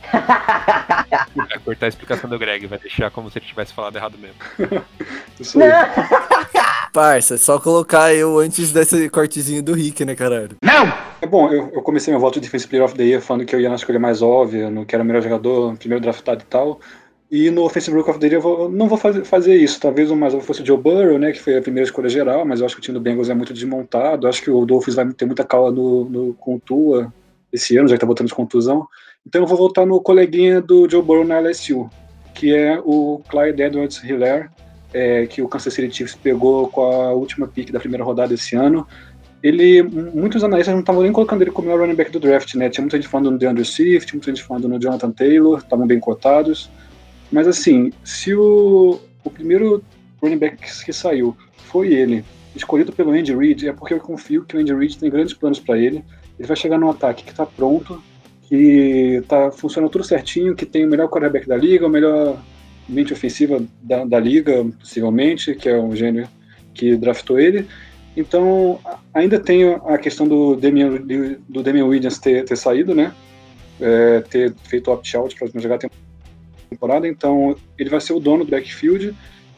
Vai cortar a explicação do Greg, vai deixar como se ele tivesse falado errado mesmo. Isso aí. Parça, só colocar eu antes desse cortezinho do Rick, né, caralho? Não! É bom, eu, eu comecei meu voto de Defensive Player of the Year falando que eu ia na escolha mais óbvia, no que era o melhor jogador, primeiro draftado e tal. E no Offensive Rookie of the Year eu, vou, eu não vou fazer, fazer isso. Talvez o mais óbvio fosse o Joe Burrow, né, que foi a primeira escolha geral, mas eu acho que o time do Bengals é muito desmontado. Eu acho que o Dolphins vai ter muita calma no, no, com o Tua esse ano, já que tá botando de contusão. Então eu vou voltar no coleguinha do Joe Burrow na L S U, que é o Clyde Edwards-Helaire, é, que o Kansas City Chiefs pegou com a última pick da primeira rodada esse ano. Ele, muitos analistas não estavam nem colocando ele como o running back do draft, né? Tinha muita gente falando no DeAndre Swift, muita gente falando no Jonathan Taylor, estavam bem cotados. Mas assim, se o, o primeiro running back que saiu foi ele, escolhido pelo Andy Reid é porque eu confio que o Andy Reid tem grandes planos para ele. Ele vai chegar num ataque que está pronto, que tá funcionando tudo certinho, que tem o melhor quarterback da liga, o melhor mente ofensiva da, da liga, possivelmente, que é o gênio que draftou ele. Então, ainda tem a questão do Damian, do Damian Williams ter, ter saído, né? É, ter feito opt-out para jogar a temporada. Então, ele vai ser o dono do backfield.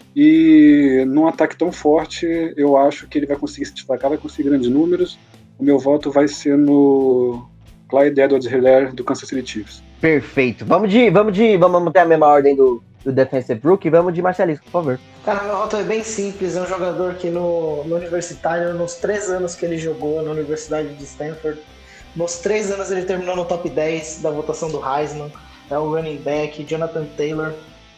E num ataque tão forte, eu acho que ele vai conseguir se destacar, vai conseguir grandes números. O meu voto vai ser no Clyde Edwards-Helaire do Kansas City Chiefs. Perfeito. Vamos de, vamos de, vamos manter a mesma ordem do, do Defensive Rookie. Vamos de Marcelisco, por favor. Cara, meu voto é bem simples. É um jogador que no, no universitário, nos três anos que ele jogou na Universidade de Stanford, nos três anos ele terminou no top dez da votação do Heisman. É o running back, Jonathan Taylor.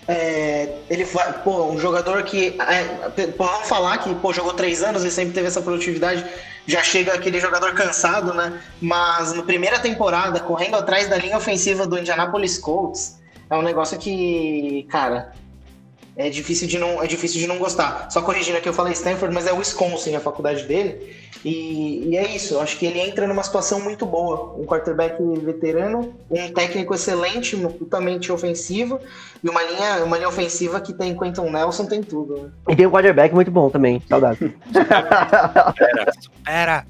É, ele foi, pô, um jogador que, é, pô, vamos falar que, pô, jogou três anos e sempre teve essa produtividade, já chega aquele jogador cansado, né? Mas na primeira temporada, correndo atrás da linha ofensiva do Indianapolis Colts, é um negócio que, cara, é difícil de não, é difícil de não gostar. Só corrigindo aqui, eu falei Stanford, mas é Wisconsin a faculdade dele. E, e é isso, eu acho que ele entra numa situação muito boa. Um quarterback veterano, um técnico excelente, putamente ofensivo, e uma linha, uma linha ofensiva que tem Quentin Nelson, tem tudo. Né? E tem um quarterback muito bom também, saudade. Supera, supera.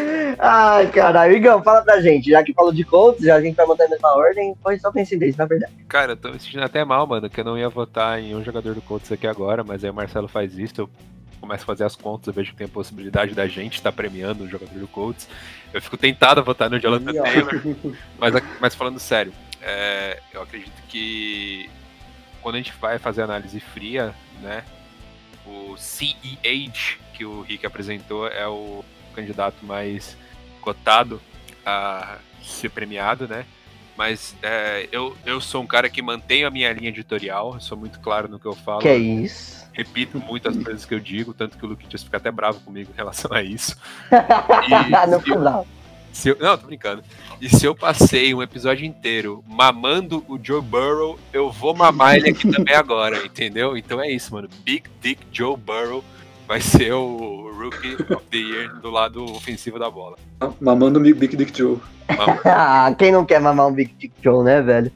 Ai, caralho. Igão, fala pra gente, já que falou de Colts, já a gente vai manter a mesma ordem, foi só coincidência, na verdade. Cara, eu tô me sentindo até mal, mano, que eu não ia votar em um jogador do Colts aqui agora, mas aí o Marcelo faz isso, eu começo a fazer as contas, eu vejo que tem a possibilidade da gente estar premiando o jogador do Colts. Eu fico tentado a votar no Jonathan Taylor, mas, mas falando sério, é, eu acredito que quando a gente vai fazer análise fria, né, o C E H que o Rick apresentou é o candidato mais cotado a ser premiado, né? Mas é, eu, eu sou um cara que mantenho a minha linha editorial, eu sou muito claro no que eu falo. Que é isso? Repito muitas coisas que eu digo, tanto que o Luquitas fica até bravo comigo em relação a isso. E não fico bravo. Se eu, não, tô brincando. E se eu passei um episódio inteiro mamando o Joe Burrow, eu vou mamar ele aqui também agora, entendeu? Então é isso, mano. Big Dick Joe Burrow vai ser o Rookie of the Year do lado ofensivo da bola. Mamando o Big Dick Joe. Ah, quem não quer mamar um Big Dick Joe, né, velho?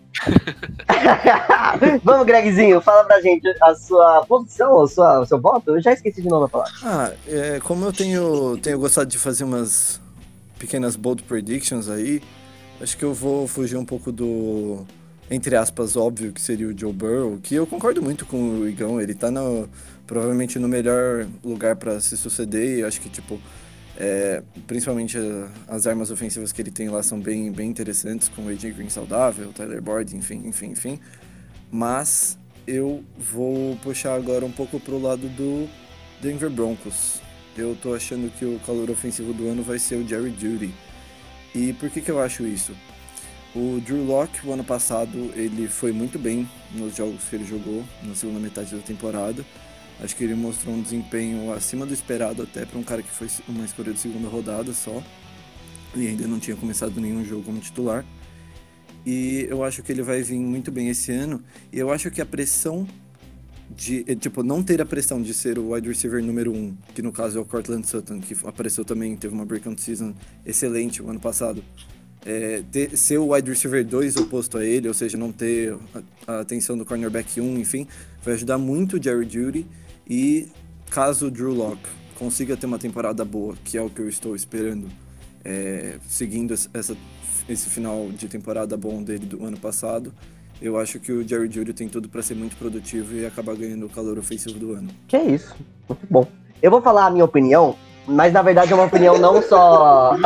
Vamos, Gregzinho, fala pra gente a sua posição, a sua, o seu voto. Eu já esqueci de novo a palavra. Ah, é, como eu tenho, tenho gostado de fazer umas pequenas bold predictions aí, acho que eu vou fugir um pouco do, entre aspas, óbvio que seria o Joe Burrow, que eu concordo muito com o Igão, ele tá no, provavelmente no melhor lugar pra se suceder, e eu acho que, tipo, é, principalmente as armas ofensivas que ele tem lá são bem, bem interessantes, com o A J Green saudável, Tyler Boyd, enfim, enfim, enfim. Mas eu vou puxar agora um pouco pro lado do Denver Broncos. Eu tô achando que o calor ofensivo do ano vai ser o Jerry Jeudy. E por que que eu acho isso? O Drew Lock, o ano passado, ele foi muito bem nos jogos que ele jogou, na segunda metade da temporada. Acho que ele mostrou um desempenho acima do esperado até para um cara que foi uma escolha de segunda rodada só. E ainda não tinha começado nenhum jogo como titular. E eu acho que ele vai vir muito bem esse ano. E eu acho que a pressão de, tipo, não ter a pressão de ser o wide receiver número um, que no caso é o Cortland Sutton, que apareceu também, teve uma breakout season excelente o ano passado. É, ter, ser o wide receiver dois oposto a ele, ou seja, não ter a, a atenção do cornerback um, enfim, vai ajudar muito o Jerry Jeudy. E caso o Drew Lock consiga ter uma temporada boa, que é o que eu estou esperando, é, seguindo essa, esse final de temporada bom dele do ano passado, eu acho que o Jerry Jeudy tem tudo para ser muito produtivo e acabar ganhando o calor ofensivo do ano. Que é isso, muito bom. Eu vou falar a minha opinião, mas na verdade é uma opinião não só...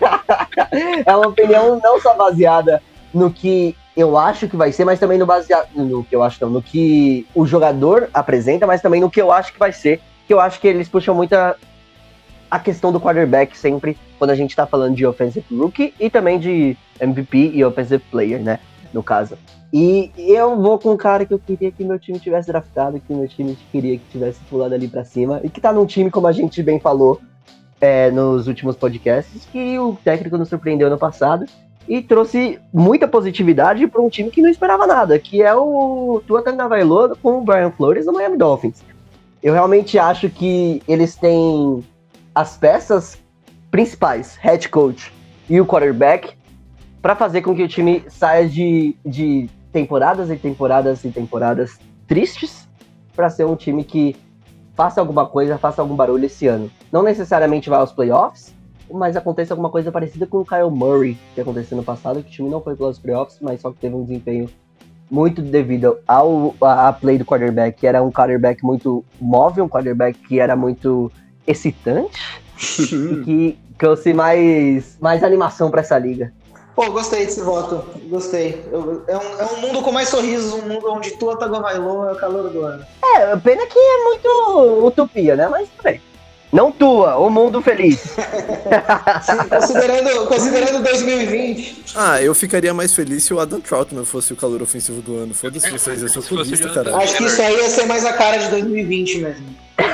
é uma opinião não só baseada no que eu acho que vai ser, mas também no baseado no que eu acho não, no que o jogador apresenta, mas também no que eu acho que vai ser, que eu acho que eles puxam muito a, a questão do quarterback sempre, quando a gente tá falando de offensive rookie e também de M V P e offensive player, né, no caso. E eu vou com um cara que eu queria que meu time tivesse draftado, que meu time queria que tivesse pulado ali pra cima, e que tá num time, como a gente bem falou é, nos últimos podcasts, que o técnico nos surpreendeu no passado, e trouxe muita positividade para um time que não esperava nada, que é o Tua Tagovailoa com o Brian Flores no Miami Dolphins. Eu realmente acho que eles têm as peças principais, head coach e o quarterback, para fazer com que o time saia de, de temporadas e temporadas e temporadas tristes para ser um time que faça alguma coisa, faça algum barulho esse ano. Não necessariamente vai aos playoffs, mas acontece alguma coisa parecida com o Kyle Murray, que aconteceu no passado, que o time não foi pelos playoffs, mas só que teve um desempenho muito devido ao a, a play do quarterback, que era um quarterback muito móvel, um quarterback que era muito excitante e que trouxe mais, mais animação para essa liga. Pô, gostei desse voto, gostei. Eu, é, um, é um mundo com mais sorrisos, um mundo onde Tua Tagovailoa é o calor do ano. É, pena que é muito utopia, né? Mas bem. Não Tua, o mundo feliz. Sim, considerando, considerando dois mil e vinte. Ah, eu ficaria mais feliz se o Adam Troutman fosse o calor ofensivo do ano. Foda-se vocês, eu sou clubista, caralho. Acho que isso aí ia ser mais a cara de dois mil e vinte mesmo.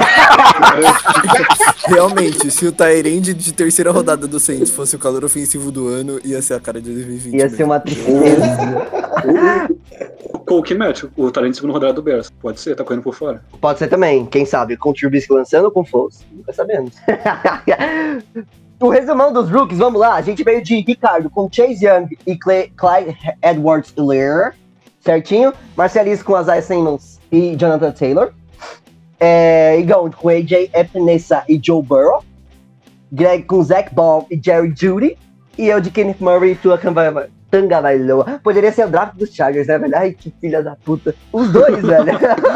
Realmente, se o Tyrande de terceira rodada do Saints fosse o calor ofensivo do ano, ia ser a cara de dois mil e vinte. Ia mesmo. ser uma tristeza. O Cole Kmet, o talento de segunda rodada do Bears. Pode ser, tá correndo por fora. Pode ser também, quem sabe, com o Trubisky lançando ou com o Foles? Nunca sabemos. O resumão dos rookies, vamos lá. A gente veio de Ricardo com Chase Young e Clay, Clyde Edwards-Helaire, certinho. Marcelis com Isaiah Simmons e Jonathan Taylor. É, Igão com A J Epinesa e Joe Burrow. Greg com Zach Baum e Jerry Jeudy. E eu de Kenneth Murray e Tua Tagovailoa. Poderia ser o draft dos Chargers, né, velho? Ai, que filha da puta. Os dois, velho.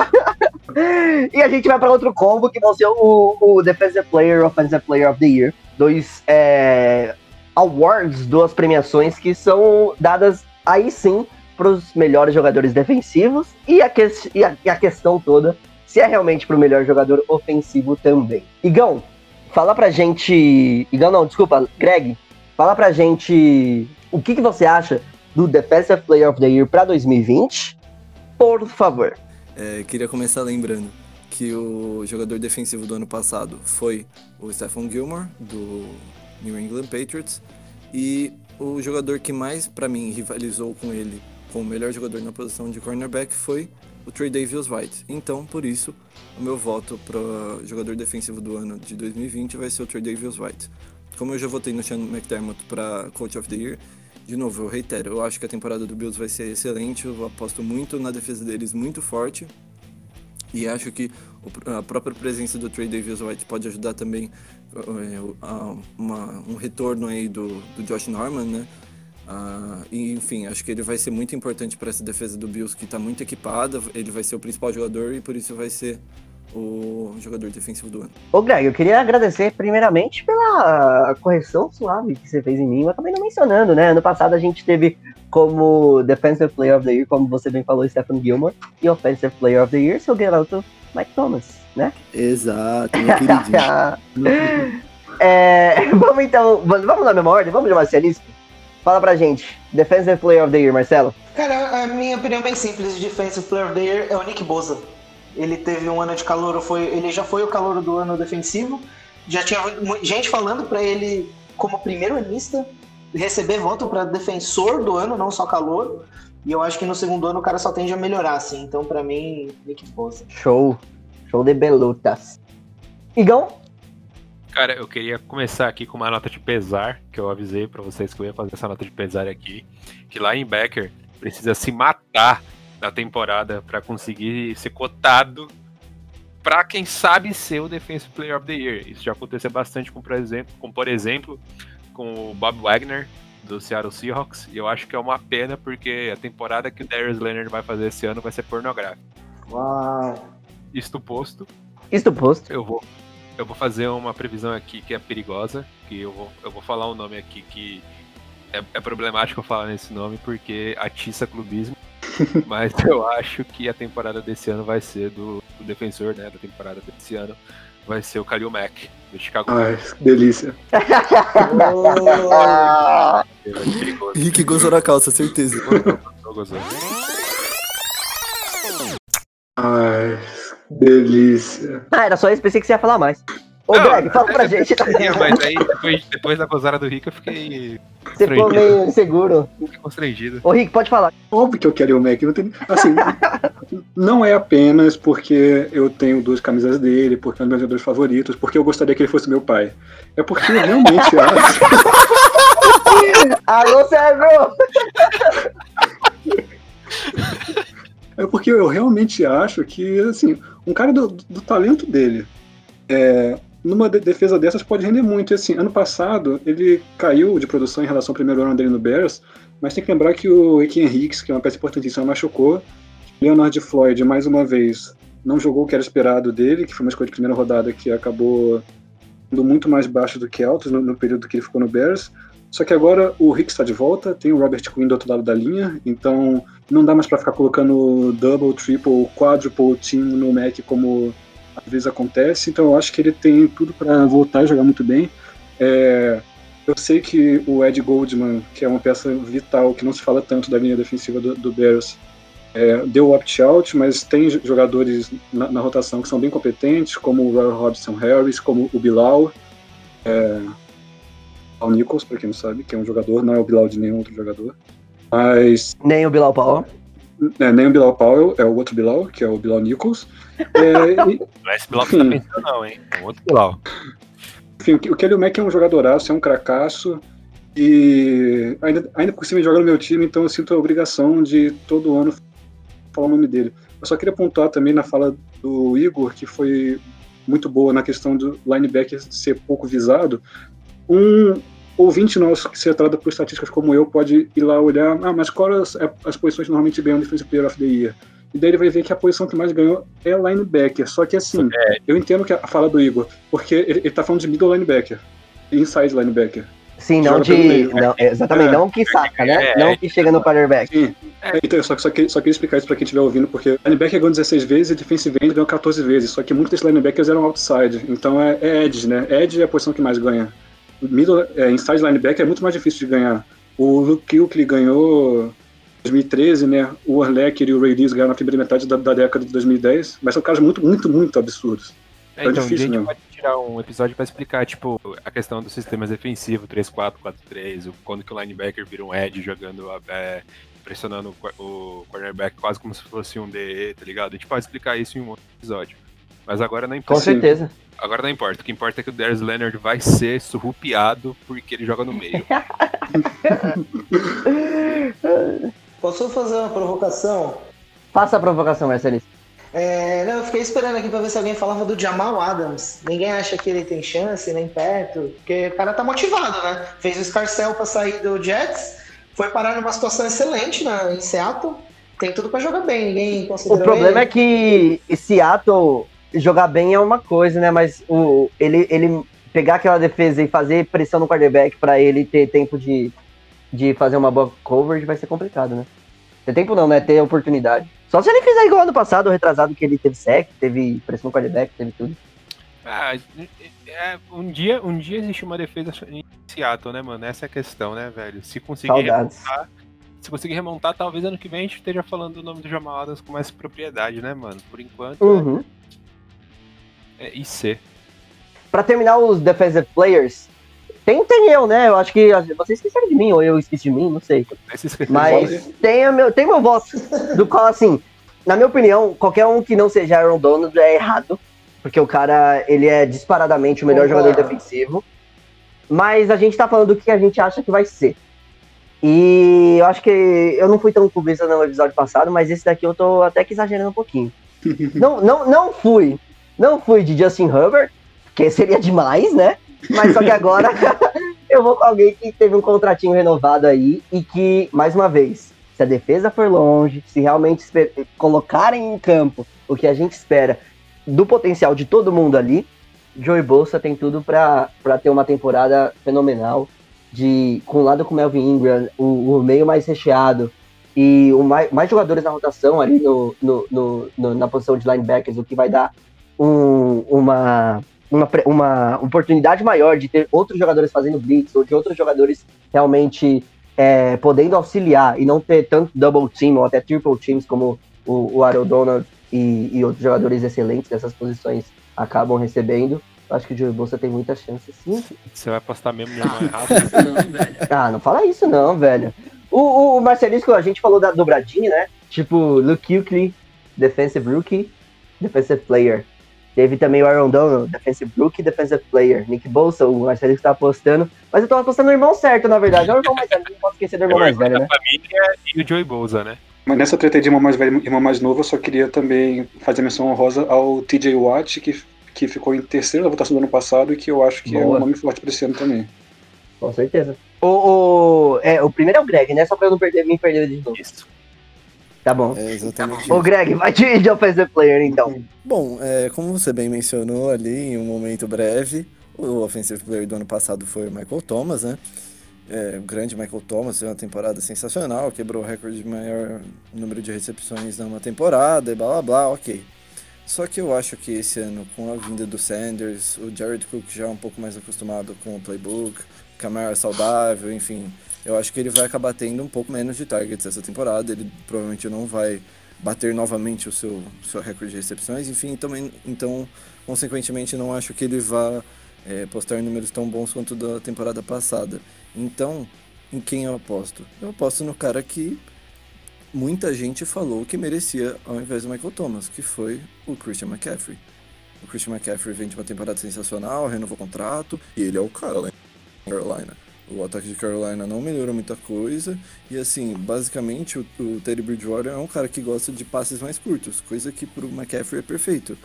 E a gente vai para outro combo que vão ser o, o Defensive Player, Offensive Player of the Year. Dois é, awards, duas premiações que são dadas aí sim para os melhores jogadores defensivos. E a, que, e, a, e a questão toda, se é realmente para o melhor jogador ofensivo também. Igão, fala pra gente... Igão não, desculpa, Greg. Fala pra gente o que, que você acha do Defensive Player of the Year para dois mil e vinte, por favor. É, queria começar lembrando que o jogador defensivo do ano passado foi o Stephon Gilmore, do New England Patriots, e o jogador que mais, pra mim, rivalizou com ele, com o melhor jogador na posição de cornerback, foi o Tre'Davious White. Então, por isso, o meu voto para jogador defensivo do ano de dois mil e vinte vai ser o Tre'Davious White. Como eu já votei no Sean McDermott para Coach of the Year, de novo, eu reitero, eu acho que a temporada do Bills vai ser excelente, eu aposto muito na defesa deles, muito forte, e acho que a própria presença do Tre'Davious White pode ajudar também a uma, um retorno aí do, do Josh Norman, né? Uh, e, enfim, acho que ele vai ser muito importante para essa defesa do Bills, que está muito equipada, ele vai ser o principal jogador e por isso vai ser o jogador defensivo do ano. Ô Greg, eu queria agradecer primeiramente pela correção suave que você fez em mim, eu acabei não mencionando, né? Ano passado a gente teve como Defensive Player of the Year, como você bem falou, Stephon Gilmore, e Offensive Player of the Year, seu garoto Mike Thomas, né? Exato, meu queridinho. é, vamos então, vamos na mesma ordem, vamos de Marcelisco? Fala pra gente, Defensive Player of the Year, Marcelo. Cara, a minha opinião é bem simples, Defensive Player of the Year é o Nick Bosa. Ele teve um ano de calor, foi, ele já foi o calor do ano defensivo. Já tinha gente falando pra ele, como primeiro anista, receber voto pra defensor do ano, não só calor. E eu acho que no segundo ano o cara só tende a melhorar, assim. Então, pra mim, Nick Bosa. Show. Show de belutas. Igão? Cara, eu queria começar aqui com uma nota de pesar, que eu avisei pra vocês que eu ia fazer essa nota de pesar aqui. Que linebacker precisa se matar na temporada para conseguir ser cotado para quem sabe ser o Defensive Player of the Year. Isso já aconteceu bastante com, por exemplo, com, por exemplo, com o Bob Wagner do Seattle Seahawks, e eu acho que é uma pena porque a temporada que o Darius Leonard vai fazer esse ano vai ser pornográfica. Uau. Isto posto, Isto posto. eu vou eu vou fazer uma previsão aqui que é perigosa, que eu vou, eu vou falar um nome aqui que é, é problemático eu falar nesse nome porque atiça clubismo. Mas eu acho que a temporada desse ano vai ser do, do defensor, né? Da temporada desse ano vai ser o Khalil Mack, do Chicago. Ai, que delícia. Oh! Rick gozou na calça, certeza. Gozou, gozou. Ai, delícia. Ah, era só isso, pensei que você ia falar mais. Ô, Não, Greg, fala pra gente. Sim, mas aí depois, depois da gozada do Rick eu fiquei Você ficou meio inseguro. Fiquei constrangido. Ô, Rick, pode falar. Óbvio que eu quero o Mac. Não, tem, assim, não é apenas porque eu tenho duas camisas dele, porque é um dos meus jogadores favoritos, porque eu gostaria que ele fosse meu pai. É porque eu realmente acho. Alô, Sérgio! É porque eu realmente acho que, assim, um cara do, do talento dele, é, numa de- defesa dessas pode render muito. E, assim, ano passado ele caiu de produção em relação ao primeiro ano dele no Bears, mas tem que lembrar que o Etienne Hicks, que é uma peça importantíssima, machucou. Leonard Floyd, mais uma vez, não jogou o que era esperado dele, que foi uma escolha de primeira rodada que acabou indo muito mais baixo do que altos no, no período que ele ficou no Bears. Só que agora o Hicks está de volta, tem o Robert Quinn do outro lado da linha, então não dá mais para ficar colocando double, triple, quadruple team no Mac como às vezes acontece. Então eu acho que ele tem tudo para voltar a jogar muito bem. É, eu sei que o Ed Goldman, que é uma peça vital, que não se fala tanto da linha defensiva do, do Bears, é, deu opt-out, mas tem jogadores na, na rotação que são bem competentes, como o Roy Robson Harris, como o Bilal, é, o Nichols, para quem não sabe, que é um jogador, não é o Bilal de nenhum outro jogador, mas Nem o Bilal Powell. é, nem o Bilal Powell, é o outro Bilal, que é o Bilal Nichols. É, e, Não é esse Bilal que você tá pensando, não, hein? É um outro Bilal. enfim, o Kelly Mack é um jogadoraço, é um cracaço, e ainda, ainda por cima ele joga no meu time, então eu sinto a obrigação de todo ano falar o nome dele. Eu só queria pontuar também na fala do Igor, que foi muito boa na questão do linebacker ser pouco visado. Um ouvinte nosso que se trata por estatísticas como eu pode ir lá olhar, ah, mas quais as, as posições que normalmente ganham Defensive Player of the Year? E daí ele vai ver que a posição que mais ganhou é linebacker. Só que assim, É. eu entendo que a fala do Igor, porque ele, ele tá falando de middle linebacker, inside linebacker. Sim, não Joga pelo de. meio. Não, exatamente, É. não que saca, né? É. Não que chega no quarterback. Sim. É, então, só, só, que, só queria explicar isso pra quem estiver ouvindo, porque linebacker ganhou dezesseis vezes e defensive end ganhou catorze vezes, só que muitos desses linebackers eram outside, então é, é edge, né? Edge é a posição que mais ganha. Middle, é, inside linebacker é muito mais difícil de ganhar. O Luke Kuechly ganhou em dois mil e treze, né? O Urlacher e o Ray Lewis ganharam na primeira metade da, da década de dois mil e dez, mas são caras muito, muito, muito absurdos. É, É então, difícil a gente mesmo. pode tirar um episódio pra explicar, tipo, a questão dos sistemas defensivos, três quatro, quatro três, o- quando que o linebacker vira um edge jogando, é, pressionando o qua- o cornerback quase como se fosse um D E, tá ligado? A gente pode explicar isso em um outro episódio. Mas agora não Com importa. Sim. certeza. Agora não importa. O que importa é que o Darius Leonard vai ser surrupiado porque ele joga no meio. Posso fazer uma provocação? Faça a provocação, Marcelinho. É, não, eu fiquei esperando aqui pra ver se alguém falava do Jamal Adams. Ninguém acha que ele tem chance, nem perto, porque o cara tá motivado, né? Fez o escarcel pra sair do Jets, foi parar numa situação excelente na, em Seattle, tem tudo pra jogar bem, ninguém O considerou problema ele. é que Seattle jogar bem é uma coisa, né? Mas o, ele, ele pegar aquela defesa e fazer pressão no quarterback pra ele ter tempo de, de fazer uma boa coverage vai ser complicado, né? Ter tempo não, né? Ter oportunidade. Só se ele fizer igual ano passado, o retrasado, que ele teve sec, teve pressão no quarterback, teve tudo. Ah, é, um, dia, um dia existe uma defesa em Seattle, né, mano? Essa é a questão, né, velho? Se conseguir Saudades. remontar, se conseguir remontar, talvez ano que vem a gente esteja falando o nome do Jamal Adams com mais propriedade, né, mano? Por enquanto, Uhum. é, é I C. Pra terminar os defensive players, tem, tem eu, né? Eu acho que vocês esqueceram de mim, ou eu esqueci de mim, não sei. Esse esqueci- Mas tem, o meu, tem meu voto, do qual, assim, na minha opinião, qualquer um que não seja Aaron Donald é errado, porque o cara, ele é disparadamente o melhor Concordo. jogador defensivo, mas a gente tá falando do que a gente acha que vai ser. E eu acho que eu não fui tão clubista no episódio passado, mas esse daqui eu tô até que exagerando um pouquinho. não, não, não fui, não fui de Justin Herbert, que seria demais, né? Mas só que agora eu vou com alguém que teve um contratinho renovado aí e que, mais uma vez, se a defesa for longe, se realmente esper- colocarem em campo o que a gente espera do potencial de todo mundo ali, Joey Bosa tem tudo pra, pra ter uma temporada fenomenal, de, com o lado com o Melvin Ingram, o, o meio mais recheado e o mais, mais jogadores na rotação ali no, no, no, no- na posição de linebackers, o que vai dar um, uma... Uma, pre- uma oportunidade maior de ter outros jogadores fazendo blitz, ou de outros jogadores realmente é, podendo auxiliar e não ter tanto double team ou até triple teams como o, o Aaron Donald e, e outros jogadores excelentes dessas posições acabam recebendo. Acho que o Joey Bosa tem muita chance, sim. Você vai apostar mesmo no mais rápido? Não, velho. Ah, não fala isso não, velho. O, o, o Marcelisco, a gente falou da dobradinha, né? Tipo, Luke Kuechly, Defensive Rookie, Defensive Player. Teve também o Aaron Donald, Defensive Rookie, Defensive Player. Nick Bosa, o Marcelisco tá apostando. Mas eu tô apostando no irmão certo, na verdade. Não o irmão mais velho, não posso esquecer do irmão mais velho, né? A família e o Joey Bosa, né? Mas nessa treta de irmão mais velho e irmão mais novo, eu só queria também fazer menção honrosa ao T J Watt, que, que ficou em terceiro na votação do ano passado e que eu acho que Boa. é um nome forte pra esse ano também. Com certeza. O, o, é, o primeiro é o Greg, né? Só pra eu não perder, me perder de novo. Isso. Tá bom. É exatamente Ô, isso. Greg, vai de, de Offensive Player, então. Bom, é, como você bem mencionou ali em um momento breve, o Offensive Player do ano passado foi o Michael Thomas, né? É, o grande Michael Thomas, fez uma temporada sensacional, quebrou o recorde de maior número de recepções numa temporada e blá blá blá, ok. Só que eu acho que esse ano, com a vinda do Sanders, o Jared Cook já um pouco mais acostumado com o playbook, Kamara saudável, enfim, eu acho que ele vai acabar tendo um pouco menos de targets essa temporada, ele provavelmente não vai bater novamente o seu, seu recorde de recepções, enfim, também, então, consequentemente, não acho que ele vá é, postar números tão bons quanto da temporada passada. Então, em quem eu aposto? Eu aposto no cara que muita gente falou que merecia ao invés do Michael Thomas, que foi o Christian McCaffrey. O Christian McCaffrey vem de uma temporada sensacional, renovou o contrato, e ele é o cara lá em Carolina. O ataque de Carolina não melhorou muita coisa, e assim, basicamente o, o Teddy Bridgewater é um cara que gosta de passes mais curtos, coisa que pro McCaffrey é perfeito.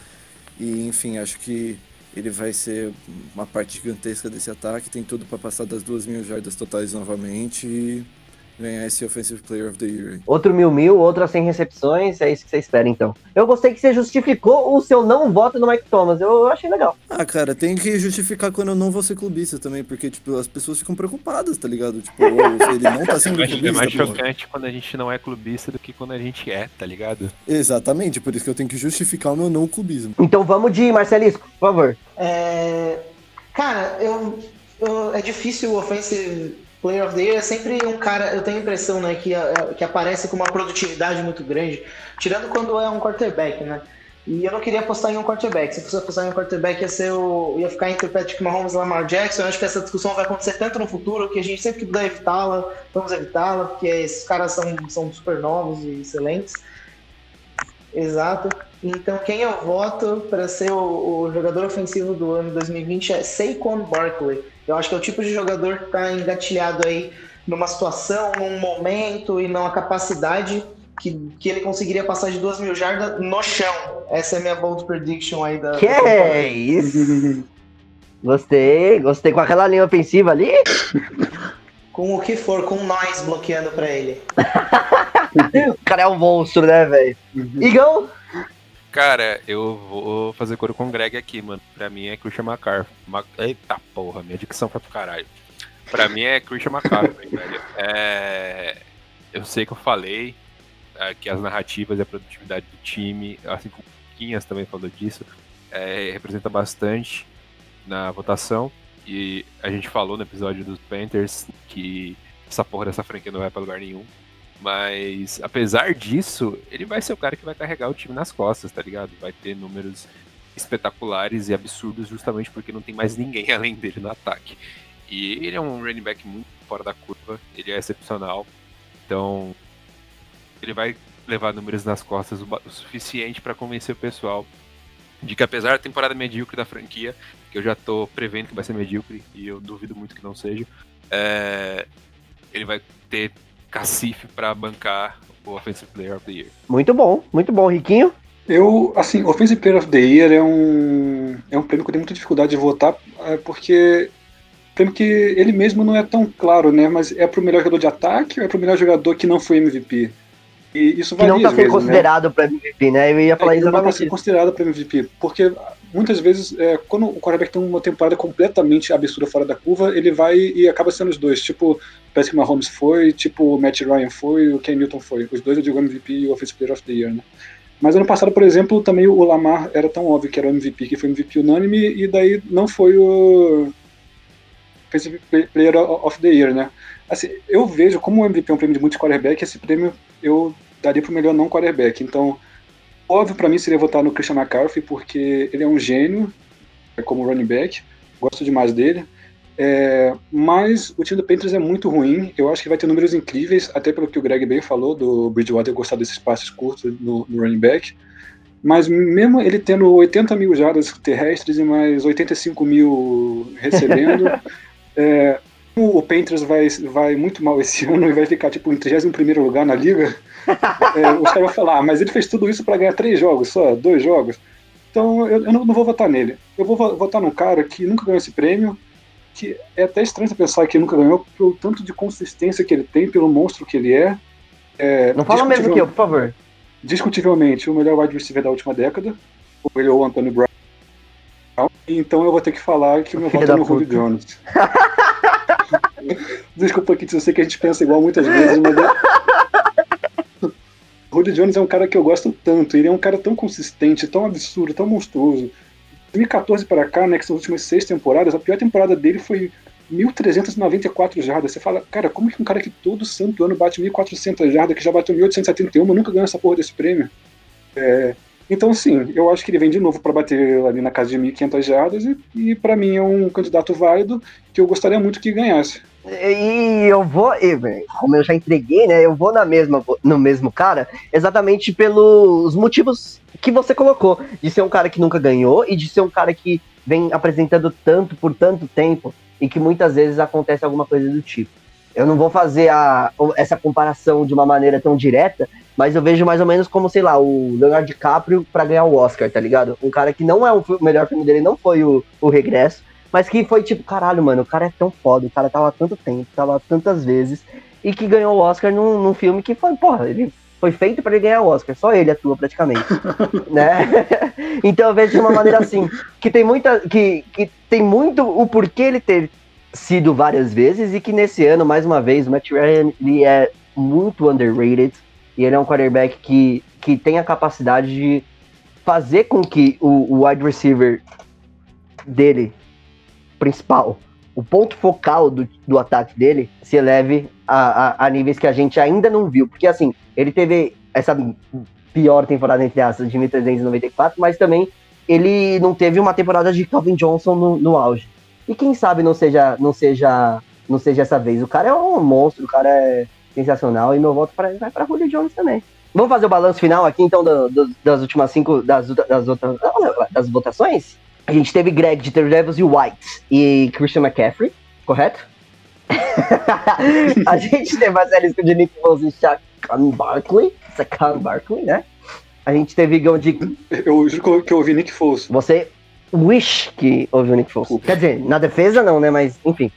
E enfim, acho que ele vai ser uma parte gigantesca desse ataque, tem tudo para passar das duas mil jardas totais novamente e ganhar esse Offensive Player of the Year. Outro mil mil, outro a cem recepções, é isso que você espera, então. Eu gostei que você justificou o seu não voto no Mike Thomas, eu achei legal. Ah, cara, tem que justificar quando eu não vou ser clubista também, porque, tipo, as pessoas ficam preocupadas, tá ligado? Tipo, oh, ele não tá sendo Eu acho que é clubista, mais porra. chocante quando a gente não é clubista do que quando a gente é, tá ligado? Exatamente, por isso que eu tenho que justificar o meu não clubismo. Então vamos de Marcelisco, por favor. É, cara, eu, eu- é difícil o Offensive Player of the Year, é sempre um cara, eu tenho a impressão, né, que, é- que aparece com uma produtividade muito grande, tirando quando é um quarterback, né? E eu não queria apostar em um quarterback. Se eu fosse apostar em um quarterback, ia, ser o, ia ficar entre Patrick Mahomes e Lamar Jackson. Eu acho que essa discussão vai acontecer tanto no futuro, que a gente sempre que puder evitá-la, vamos evitá-la, porque esses caras são, são super novos e excelentes. Exato. Então, quem eu voto para ser o, o jogador ofensivo do ano dois mil e vinte é Saquon Barkley. Eu acho que é o tipo de jogador que está engatilhado aí numa situação, num momento e numa capacidade que, que ele conseguiria passar de duas mil jardas no chão. Essa é a minha bold prediction aí da... Que da temporada. é isso? Gostei, gostei com aquela linha ofensiva ali. Com o que for, com nós bloqueando para ele. O cara é um monstro, né, velho? Igão? Cara, eu vou fazer coro com o Greg aqui, mano. Pra mim é Christian McCaffrey. Ma- Eita porra, minha dicção foi pro caralho. Pra mim é Christian McCaffrey, velho. É... Eu sei que eu falei é, que as narrativas e a produtividade do time, assim como o Quinhas também falou disso, é, representa bastante na votação. E a gente falou no episódio dos Panthers que essa porra dessa franquia não vai pra lugar nenhum. Mas, apesar disso, ele vai ser o cara que vai carregar o time nas costas, tá ligado? Vai ter números espetaculares e absurdos justamente porque não tem mais ninguém além dele no ataque. E ele é um running back muito fora da curva, ele é excepcional. Então, ele vai levar números nas costas o, ba- o suficiente para convencer o pessoal de que, apesar da temporada medíocre da franquia, que eu já tô prevendo que vai ser medíocre e eu duvido muito que não seja, é, ele vai ter cacife para bancar o Offensive Player of the Year. Muito bom, muito bom, Riquinho. Eu, assim, Offensive Player of the Year é um, é um prêmio que eu tenho muita dificuldade de votar, é, porque prêmio que ele mesmo não é tão claro, né? Mas é pro melhor jogador de ataque ou é pro melhor jogador que não foi M V P? E isso Que não varia tá às sendo vezes, né? considerado pra M V P, né? Eu ia falar É, que não vai exatamente ser isso. considerado para M V P, porque muitas vezes, é, quando o quarterback tem uma temporada completamente absurda fora da curva, ele vai e acaba sendo os dois, tipo, parece que o Mahomes foi, tipo, o Matt Ryan foi, o Ken Newton foi, os dois eu digo M V P e o Offensive Player of the Year, né? Mas ano passado, por exemplo, também o Lamar era tão óbvio que era o M V P, que foi M V P unânime, e daí não foi o Offensive Player of the Year, né? Assim, eu vejo como o M V P é um prêmio de muitos quarterback, esse prêmio eu daria pro melhor não quarterback. Então, óbvio pra mim seria votar no Christian McCaffrey, porque ele é um gênio, como running back, gosto demais dele. É, mas o time do Panthers é muito ruim. Eu acho que vai ter números incríveis, até pelo que o Greg bem falou, do Bridgewater gostar desses passes curtos no, no running back. Mas mesmo ele tendo oitenta mil jardas terrestres e mais oitenta e cinco mil recebendo, é, o Panthers vai, vai muito mal esse ano e vai ficar tipo em trigésimo primeiro lugar na liga. É, os caras vão falar, ah, mas ele fez tudo isso para ganhar três jogos só, dois jogos. Então eu, eu não, não vou votar nele. Eu vou votar num cara que nunca ganhou esse prêmio, que é até estranho você pensar que ele nunca ganhou pelo tanto de consistência que ele tem, pelo monstro que ele é. é não fala mesmo que eu, por favor. Discutivelmente o melhor wide receiver da última década, ou ele ou o Antonio Brown. Então eu vou ter que falar que o meu voto é no Julio Jones. Desculpa aqui, eu sei que a gente pensa igual muitas vezes, mas é... Julio Jones é um cara que eu gosto tanto, ele é um cara tão consistente, tão absurdo, tão monstruoso. dois mil e catorze para cá, né, que são as últimas seis temporadas, a pior temporada dele foi mil trezentas e noventa e quatro jardas. Você fala, cara, como que um cara que todo santo ano bate mil e quatrocentas jardas, que já bateu mil oitocentos e setenta e um, nunca ganhou essa porra desse prêmio? É... Então, sim, eu acho que ele vem de novo para bater ali na casa de mil e quinhentas jardas e, e para mim é um candidato válido que eu gostaria muito que ganhasse. E eu vou, como eu já entreguei, né, eu vou na mesma, no mesmo cara, exatamente pelos motivos que você colocou, de ser um cara que nunca ganhou e de ser um cara que vem apresentando tanto por tanto tempo e que muitas vezes acontece alguma coisa do tipo. Eu não vou fazer a, essa comparação de uma maneira tão direta, mas eu vejo mais ou menos como, sei lá, o Leonardo DiCaprio pra ganhar o Oscar, tá ligado? Um cara que não é o melhor filme dele, não foi o, o Regresso, mas que foi tipo, caralho, mano, o cara é tão foda, o cara tava há tanto tempo, tava há tantas vezes, e que ganhou o Oscar num, num filme que foi, porra, ele foi feito pra ele ganhar o Oscar, só ele atua praticamente, né? Então eu vejo de uma maneira assim, que tem muita, que, que tem muito o porquê ele ter sido várias vezes, e que nesse ano, mais uma vez, o Matt Ryan, ele é muito underrated, e ele é um quarterback que, que tem a capacidade de fazer com que o, o wide receiver dele, principal, o ponto focal do, do ataque dele, se eleve a, a, a níveis que a gente ainda não viu, porque assim, ele teve essa pior temporada, entre aspas, de mil trezentos e noventa e quatro, mas também ele não teve uma temporada de Calvin Johnson no, no auge. E quem sabe não seja, não seja, não seja essa vez. O cara é um monstro, o cara é sensacional, e meu voto pra, vai para Julio Jones também. Vamos fazer o balanço final aqui, então, do, do, das últimas cinco, das, das, outras, das votações? A gente teve Greg de Devils e White e Christian McCaffrey, correto? A gente teve a série de Nick Foles e Saquon Barkley, Saquon Barkley, né? A gente teve Igão de... Eu juro que eu ouvi Nick Foles. Você... wish que ouviu o Nick Foles. Quer dizer, na defesa não, né? Mas, enfim.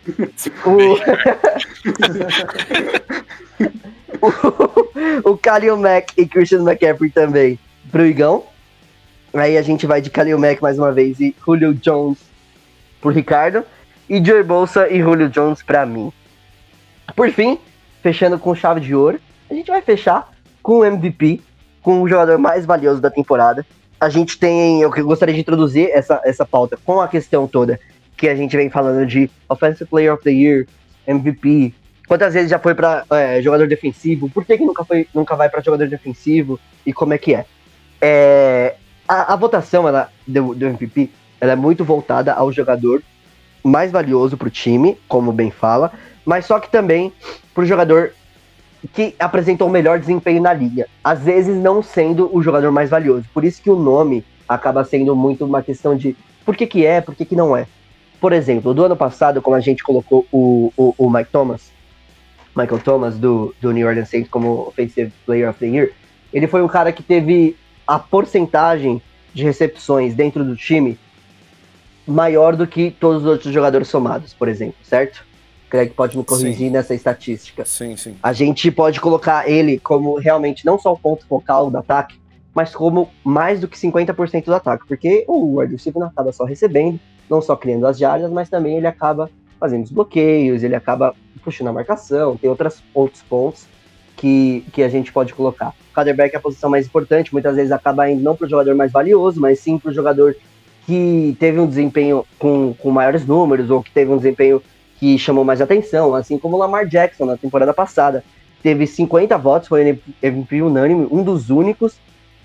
o, o Khalil Mack e Christian McCaffrey também pro Igão. Aí a gente vai de Khalil Mack mais uma vez e Julio Jones pro Ricardo. E Joey Bosa e Julio Jones pra mim. Por fim, fechando com chave de ouro, a gente vai fechar com o M V P, com o jogador mais valioso da temporada. A gente tem, eu gostaria de introduzir essa, essa pauta com a questão toda que a gente vem falando de Offensive Player of the Year, M V P, quantas vezes já foi para é, jogador defensivo, por que, que nunca, foi, nunca vai para jogador defensivo e como é que é. é a, a votação ela, do, do M V P ela é muito voltada ao jogador mais valioso para o time, como bem fala, mas só que também para o jogador que apresentou o melhor desempenho na liga, às vezes não sendo o jogador mais valioso. Por isso que o nome acaba sendo muito uma questão de por que que é, por que que não é. Por exemplo, do ano passado, como a gente colocou o, o, o Mike Thomas, Michael Thomas, do, do New Orleans Saints como Offensive Player of the Year, ele foi um cara que teve a porcentagem de recepções dentro do time maior do que todos os outros jogadores somados, por exemplo, certo? Craig pode me corrigir sim. nessa estatística. Sim, sim. A gente pode colocar ele como realmente não só o ponto focal do ataque, mas como mais do que cinquenta por cento do ataque, porque o wide receiver não acaba só recebendo, não só criando as jardas, mas também ele acaba fazendo os bloqueios, ele acaba puxando a marcação, tem outras, outros pontos que, que a gente pode colocar. O quarterback é a posição mais importante, muitas vezes acaba indo não para o jogador mais valioso, mas sim para o jogador que teve um desempenho com, com maiores números, ou que teve um desempenho que chamou mais atenção, assim como o Lamar Jackson na temporada passada. Teve cinquenta votos, foi M V P unânime, um dos únicos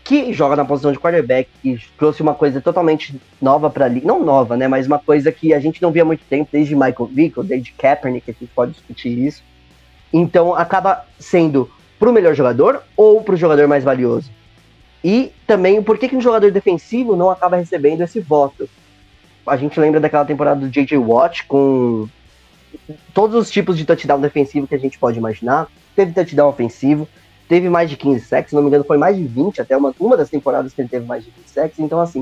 que joga na posição de quarterback, que trouxe uma coisa totalmente nova pra liga, não nova, né, mas uma coisa que a gente não via há muito tempo, desde Michael Vick, desde Kaepernick, que a gente pode discutir isso. Então acaba sendo pro melhor jogador ou pro jogador mais valioso. E também, por que, que um jogador defensivo não acaba recebendo esse voto? A gente lembra daquela temporada do J J Watt, com todos os tipos de touchdown defensivo que a gente pode imaginar. Teve touchdown ofensivo, teve mais de quinze sacks, se não me engano foi mais de vinte, até uma, uma das temporadas que ele teve mais de vinte sacks. Então, assim,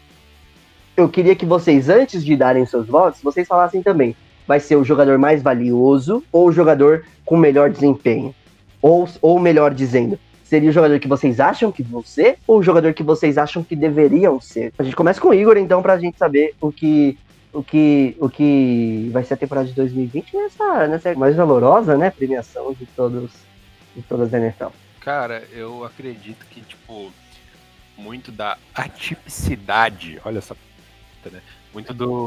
eu queria que vocês, antes de darem seus votos, vocês falassem também, vai ser o jogador mais valioso ou o jogador com melhor desempenho? Ou, ou melhor dizendo, seria o jogador que vocês acham que vão ser ou o jogador que vocês acham que deveriam ser? A gente começa com o Igor, então, pra gente saber o que, o que, o que vai ser a temporada de dois mil e vinte nessa, nessa mais valorosa, né, premiação de todos de todas as N F L. Cara, eu acredito que, tipo, muito da atipicidade, olha só, né? Muito do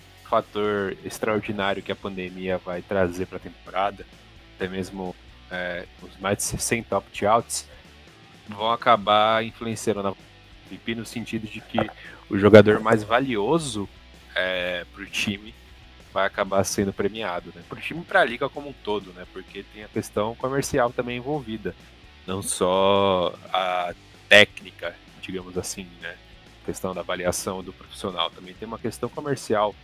fator extraordinário que a pandemia vai trazer pra temporada, até mesmo é, os mais de cem opt-outs, vão acabar influenciando na M V P no sentido de que o jogador mais valioso é, pro time vai acabar sendo premiado, né? Pro time e pra liga como um todo, né? Porque tem a questão comercial também envolvida. Não só a técnica, digamos assim, né? A questão da avaliação do profissional. Também tem uma questão comercial,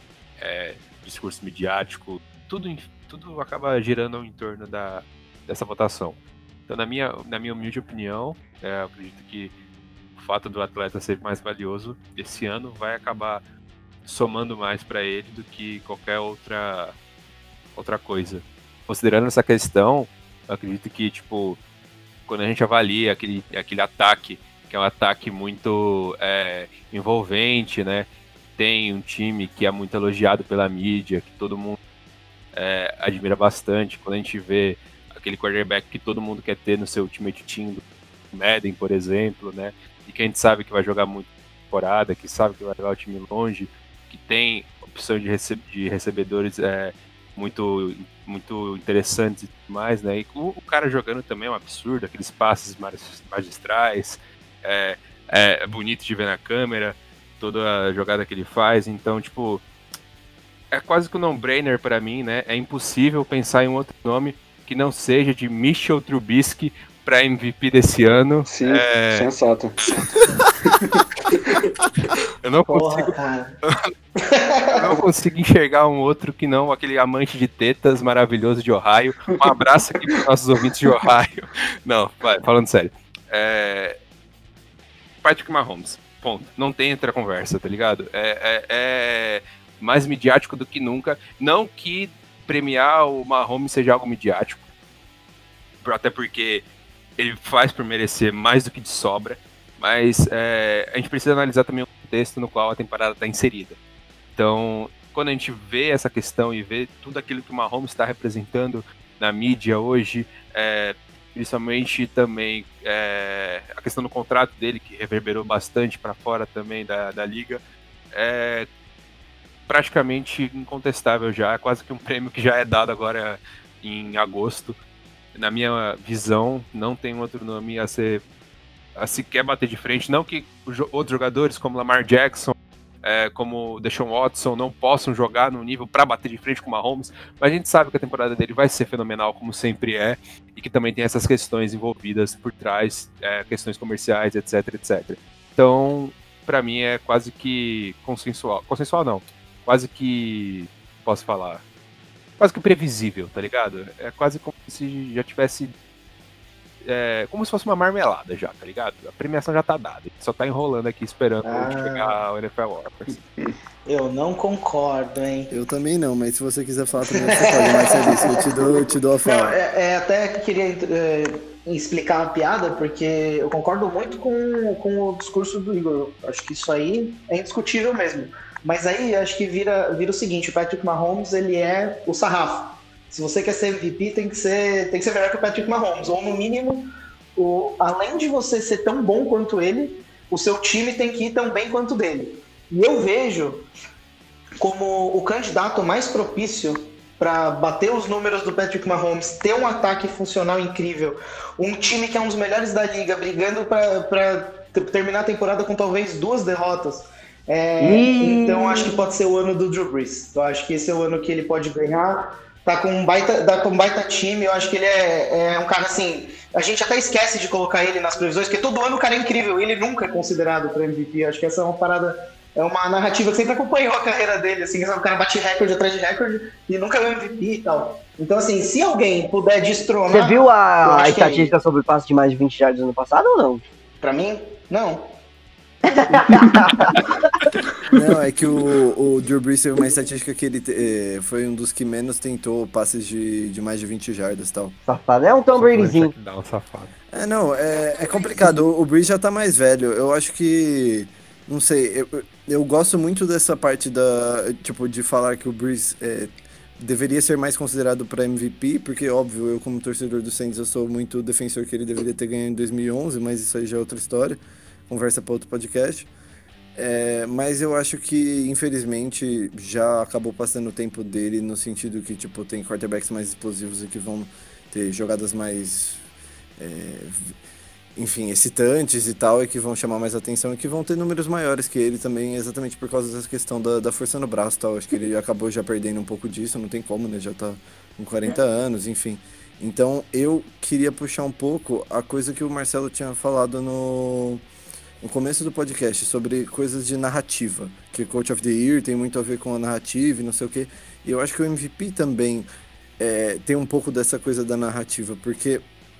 é, discurso midiático, tudo, tudo acaba girando em torno da, dessa votação. Então, na minha, na minha humilde opinião, é, eu acredito que o fato do atleta ser mais valioso esse ano vai acabar somando mais para ele do que qualquer outra outra coisa. Considerando essa questão, eu acredito que, tipo, quando a gente avalia aquele, aquele ataque, que é um ataque muito é, envolvente, né? Tem um time que é muito elogiado pela mídia, que todo mundo é, admira bastante. Quando a gente vê aquele quarterback que todo mundo quer ter no seu Ultimate Team, do Madden, por exemplo, né? E que a gente sabe que vai jogar muito temporada, que sabe que vai levar o time longe, que tem opção de, rece- de recebedores é, muito, muito interessantes e tudo mais, né? E o, o cara jogando também é um absurdo, aqueles passes magistrais, é, é bonito de ver na câmera, toda a jogada que ele faz, então, tipo, é quase que um no-brainer pra mim, né? É impossível pensar em um outro nome que não seja de Mitchell Trubisky pra M V P desse ano. Sim, é... sensato. Eu não Porra, consigo, cara. eu não consigo enxergar um outro que não aquele amante de tetas maravilhoso de Ohio. Um abraço aqui para os nossos ouvintes de Ohio. Não, vai, falando sério. É... Patrick Mahomes, ponto. Não tem outra conversa, tá ligado? É, é, é mais midiático do que nunca. Não que premiar o Mahomes seja algo midiático, até porque ele faz por merecer mais do que de sobra, mas é, a gente precisa analisar também o contexto no qual a temporada está inserida. Então, quando a gente vê essa questão e vê tudo aquilo que o Mahomes está representando na mídia hoje, é, principalmente também é, a questão do contrato dele, que reverberou bastante para fora também da, da liga, é praticamente incontestável já, é quase que um prêmio que já é dado agora em agosto. Na minha visão, não tem outro nome a ser a sequer bater de frente. Não que outros jogadores como Lamar Jackson, é, como Deshaun Watson não possam jogar no nível para bater de frente com o Mahomes, mas a gente sabe que a temporada dele vai ser fenomenal, como sempre é, e que também tem essas questões envolvidas por trás, é, questões comerciais, etc, etcétera. Então, para mim é quase que consensual. Consensual não, quase que, posso falar, quase que previsível, tá ligado? É quase como se já tivesse... É, como se fosse uma marmelada já, tá ligado? A premiação já tá dada. Só tá enrolando aqui esperando Ah. chegar o N F L Offers. Eu não concordo, hein? Eu também não, mas se você quiser falar também, você pode, Marcelisco. Eu te dou, eu te dou a Não, fala. é, é até que queria é, explicar uma piada, porque eu concordo muito com, com o discurso do Igor. Acho que isso aí é indiscutível mesmo. Mas aí acho que vira, vira o seguinte, o Patrick Mahomes, ele é o sarrafo. Se você quer ser M V P, tem que ser, tem que ser melhor que o Patrick Mahomes. Ou, no mínimo, o, além de você ser tão bom quanto ele, o seu time tem que ir tão bem quanto dele. E eu vejo como o candidato mais propício para bater os números do Patrick Mahomes, ter um ataque funcional incrível, um time que é um dos melhores da liga, brigando para terminar a temporada com talvez duas derrotas. É, Ih. Então acho que pode ser o ano do Drew Brees. Eu acho que esse é o ano que ele pode ganhar. Tá com um baita, tá com um baita time. Eu acho que ele é, é um cara assim. A gente até esquece de colocar ele nas previsões, porque todo ano o cara é incrível. Ele nunca é considerado para M V P. Eu acho que essa é uma parada, é uma narrativa que sempre acompanhou a carreira dele. Assim, o cara bate recorde atrás de recorde e nunca é M V P e tal. Então, assim, se alguém puder destronar. Você viu eu a, a acho que é estatística sobre o passe de mais de vinte yards no ano passado ou não? Pra mim, não. Não, é que o, o Drew Brees teve uma estatística que ele eh, foi um dos que menos tentou passes de, de mais de vinte jardas e tal. Safado. É um Tom Bradyzinho. Dá um safado. É, não, é, é complicado. O, o Brees já tá mais velho. Eu acho que. Não sei, eu, eu gosto muito dessa parte da. Tipo, de falar que o Brees é, deveria ser mais considerado para M V P, porque, óbvio, eu, como torcedor do Saints, eu sou muito defensor que ele deveria ter ganho em dois mil e onze, mas isso aí já é outra história. Conversa para outro podcast. É, mas eu acho que, infelizmente, já acabou passando o tempo dele no sentido que, tipo, tem quarterbacks mais explosivos e que vão ter jogadas mais, é, enfim, excitantes e tal, e que vão chamar mais atenção e que vão ter números maiores que ele também, exatamente por causa dessa questão da, da força no braço e tal. Acho que ele acabou já perdendo um pouco disso, não tem como, né? Já tá com quarenta anos, enfim. Então, eu queria puxar um pouco a coisa que o Marcelo tinha falado no... no começo do podcast, sobre coisas de narrativa, que Coach of the Year tem muito a ver com a narrativa e não sei o quê, e eu acho que o M V P também é, tem um pouco dessa coisa da narrativa, porque,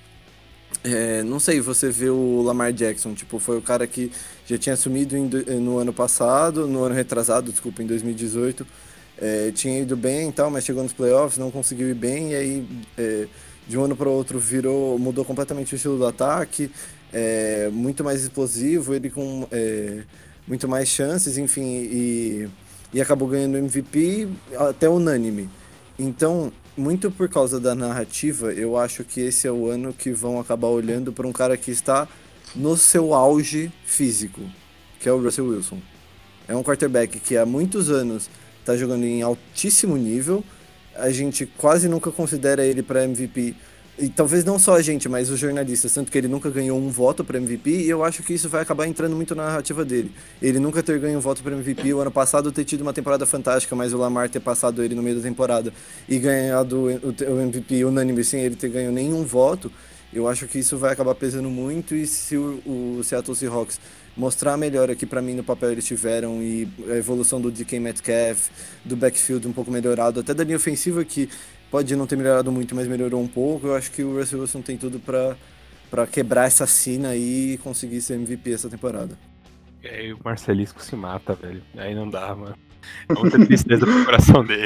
é, não sei, você vê o Lamar Jackson, tipo, foi o cara que já tinha assumido em, no ano passado, no ano retrasado, desculpa, em dois mil e dezoito, é, tinha ido bem e tal, mas chegou nos playoffs, não conseguiu ir bem, e aí, é, de um ano para o outro, virou, mudou completamente o estilo do ataque, É, muito mais explosivo, ele com é, muito mais chances, enfim, e, e acabou ganhando o M V P até unânime. Então, muito por causa da narrativa, eu acho que esse é o ano que vão acabar olhando para um cara que está no seu auge físico, que é o Russell Wilson. É um quarterback que há muitos anos está jogando em altíssimo nível, a gente quase nunca considera ele para M V P. E talvez não só a gente, mas os jornalistas, tanto que ele nunca ganhou um voto para M V P, e eu acho que isso vai acabar entrando muito na narrativa dele. Ele nunca ter ganho um voto para M V P, o ano passado ter tido uma temporada fantástica, mas o Lamar ter passado ele no meio da temporada e ganhado o M V P unânime sem ele ter ganho nenhum voto, eu acho que isso vai acabar pesando muito, e se o, o Seattle Seahawks mostrar a melhora que para mim no papel eles tiveram, e a evolução do D K Metcalf, do backfield um pouco melhorado, até da linha ofensiva que pode não ter melhorado muito, mas melhorou um pouco, eu acho que o Russell Wilson tem tudo pra, pra quebrar essa sina e conseguir ser M V P essa temporada. E aí o Marcelisco se mata, velho. Aí não dá, mano. Muita tristeza pro coração dele.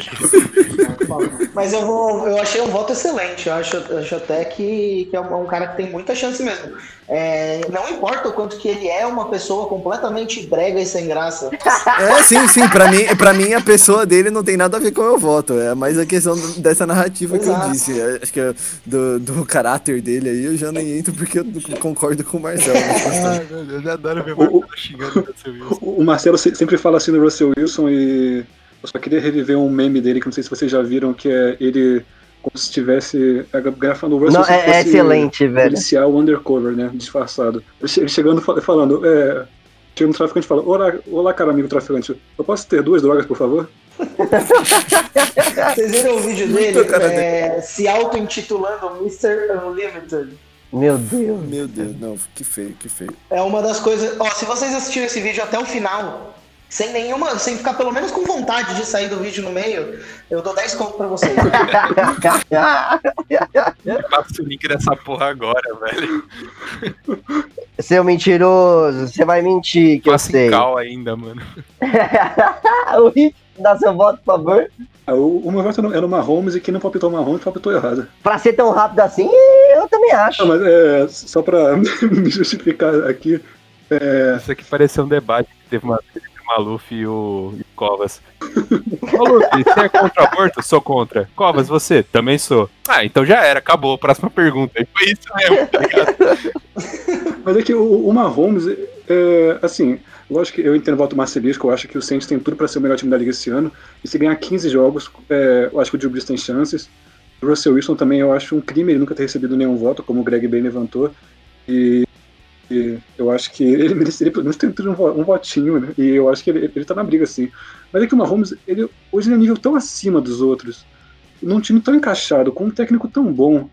Mas eu vou, eu achei um voto excelente. Eu acho, eu acho até que, que é um cara que tem muita chance mesmo. É, não importa o quanto que ele é uma pessoa completamente brega e sem graça. É, sim, sim. Pra mim, pra mim, a pessoa dele não tem nada a ver com o meu voto. É mais a questão dessa narrativa. Exato. Que eu disse. Acho que é do, do caráter dele aí eu já nem entro porque eu concordo com o Marcelo. Ah, eu já adoro ver o Marcelo xingando o Russell Wilson. O Marcelo sempre fala assim do Russell Wilson, e eu só queria reviver um meme dele que não sei se vocês já viram, que é ele como se estivesse grafando o Russell. Não, é, é excelente, velho. Policial undercover, né? Disfarçado. Ele chegando falando, é, chega no traficante e fala: Olá, olá, cara amigo traficante, eu posso ter duas drogas, por favor? Vocês viram o vídeo dele é, se auto-intitulando mister Unlimited? Meu Deus. Meu Deus, não, que feio, que feio. É uma das coisas. Ó, se vocês assistiram esse vídeo até o final, sem nenhuma, sem ficar pelo menos com vontade de sair do vídeo no meio, eu dou dez conto pra vocês. Passa o link dessa porra agora, velho. Seu mentiroso, você vai mentir, que Passa eu sei. em cal ainda, mano. O Rick, dá seu voto, por favor. Ah, o, o meu voto era o Mahomes, e quem não palpitou o Mahomes palpitou errado. Pra ser tão rápido assim, eu também acho. Não, mas é, só pra me justificar aqui. É... Isso aqui pareceu um debate que teve uma vez entre o Maluf e o, e o Covas. Maluf, você é contra o aborto? Sou contra. Covas, você? Também sou. Ah, então já era, acabou. Próxima pergunta. E foi isso mesmo, tá ligado? Mas é que o, o Mahomes, É, assim, lógico que eu entendo o voto Marcelisco, eu acho que o Saints tem tudo para ser o melhor time da liga esse ano, e se ganhar quinze jogos, é, eu acho que o Drew Brees tem chances. O Russell Wilson também eu acho um crime ele nunca ter recebido nenhum voto, como o Greg bem levantou, e, e eu acho que ele mereceria pelo menos ter um, um votinho, né? E eu acho que ele, ele tá na briga, sim. Mas é que o Mahomes, ele, hoje ele é nível tão acima dos outros, num time tão encaixado, com um técnico tão bom,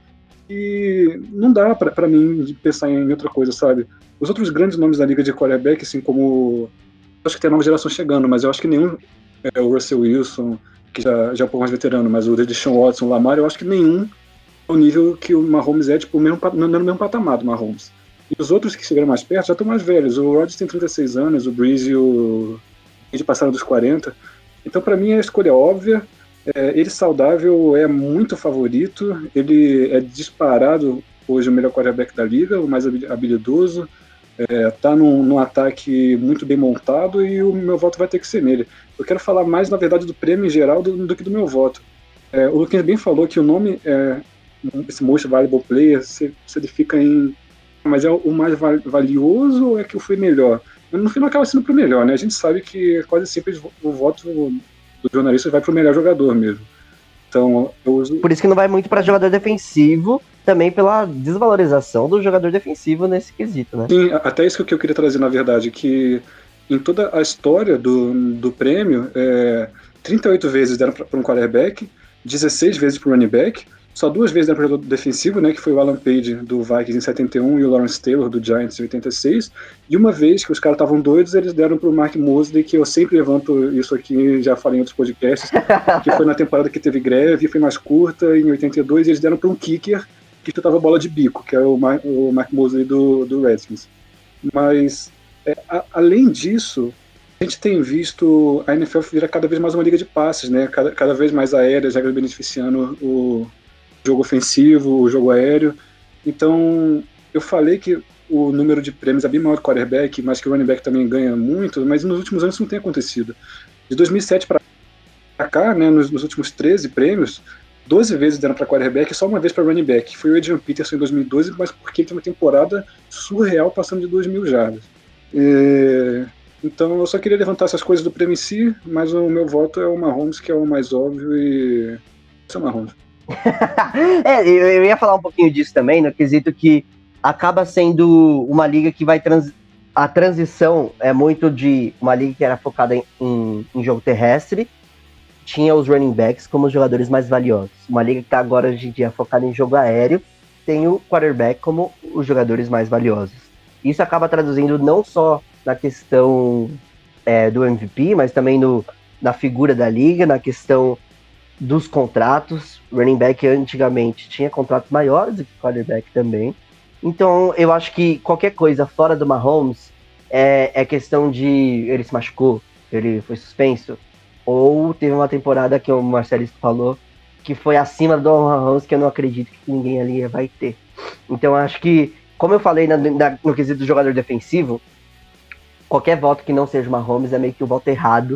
e não dá pra, pra mim pensar em outra coisa, sabe? Os outros grandes nomes da liga de quarterback, assim como... Acho que tem a nova geração chegando, mas eu acho que nenhum... É, o Russell Wilson, que já, já é um pouco mais veterano, mas o Deshaun Watson, o Lamar, eu acho que nenhum é o nível que o Mahomes é, tipo, mesmo, não é no mesmo patamar do Mahomes. E os outros que chegaram mais perto já estão mais velhos. O Rodgers tem trinta e seis anos, o Breeze e o... de passaram dos quarenta. Então, pra mim, a escolha é óbvia. É, ele saudável é muito favorito. Ele é disparado hoje o melhor quarterback da liga, o mais habilidoso. É, tá num, num ataque muito bem montado e o meu voto vai ter que ser nele. Eu quero falar mais, na verdade, do prêmio em geral do, do que do meu voto. É, o Luquinhas bem falou que o nome, é, esse Most Valuable Player, se, se ele fica em... Mas é o mais valioso ou é que foi melhor? No final acaba sendo pro melhor, né? A gente sabe que quase sempre o voto do jornalista vai pro melhor jogador mesmo. Então, eu uso... Por isso que não vai muito para jogador defensivo, também pela desvalorização do jogador defensivo nesse quesito, né? Sim, até isso que eu queria trazer, na verdade, que em toda a história do, do prêmio, é, trinta e oito vezes deram para um quarterback, dezesseis vezes para o running back, só duas vezes deram para o jogador defensivo, né, que foi o Alan Page do Vikings em setenta e um e o Lawrence Taylor do Giants em oitenta e seis, e uma vez que os caras estavam doidos, eles deram para o Mark Mosley, que eu sempre levanto isso aqui, já falei em outros podcasts, que foi na temporada que teve greve, foi mais curta, em oitenta e dois, e eles deram para um kicker que chutava bola de bico, que é o Mark, o Mark Mosley do, do Redskins. Mas, é, a, além disso, a gente tem visto a N F L virar cada vez mais uma liga de passes, né? Cada, cada vez mais aéreas, regras beneficiando o jogo ofensivo, o jogo aéreo. Então, eu falei que o número de prêmios é bem maior do quarterback, mas que o running back também ganha muito, mas nos últimos anos isso não tem acontecido. De dois mil e sete para cá, né, nos, nos últimos treze prêmios, doze vezes deram para quarterback e só uma vez para running back. Foi o Adrian Peterson em dois mil e doze, mas porque ele tem uma temporada surreal passando de dois mil jardas. É... Então eu só queria levantar essas coisas do prêmio em si, mas o meu voto é o Mahomes, que é o mais óbvio, e esse é o Mahomes. É, eu ia falar um pouquinho disso também, no quesito que acaba sendo uma liga que vai trans... a transição é muito de uma liga que era focada em, em, em jogo terrestre, tinha os running backs como os jogadores mais valiosos. Uma liga que está agora hoje em dia focada em jogo aéreo, tem o quarterback como os jogadores mais valiosos. Isso acaba traduzindo não só na questão é, do M V P, mas também no, na figura da liga, na questão dos contratos. Running back antigamente tinha contratos maiores do que quarterback também. Então eu acho que qualquer coisa fora do Mahomes é, é questão de ele se machucou, ele foi suspenso, ou teve uma temporada que o Marcelo falou que foi acima do Mahomes, que eu não acredito que ninguém ali vai ter. Então eu acho que, como eu falei na, na, no quesito do jogador defensivo, qualquer voto que não seja o Mahomes é meio que um voto errado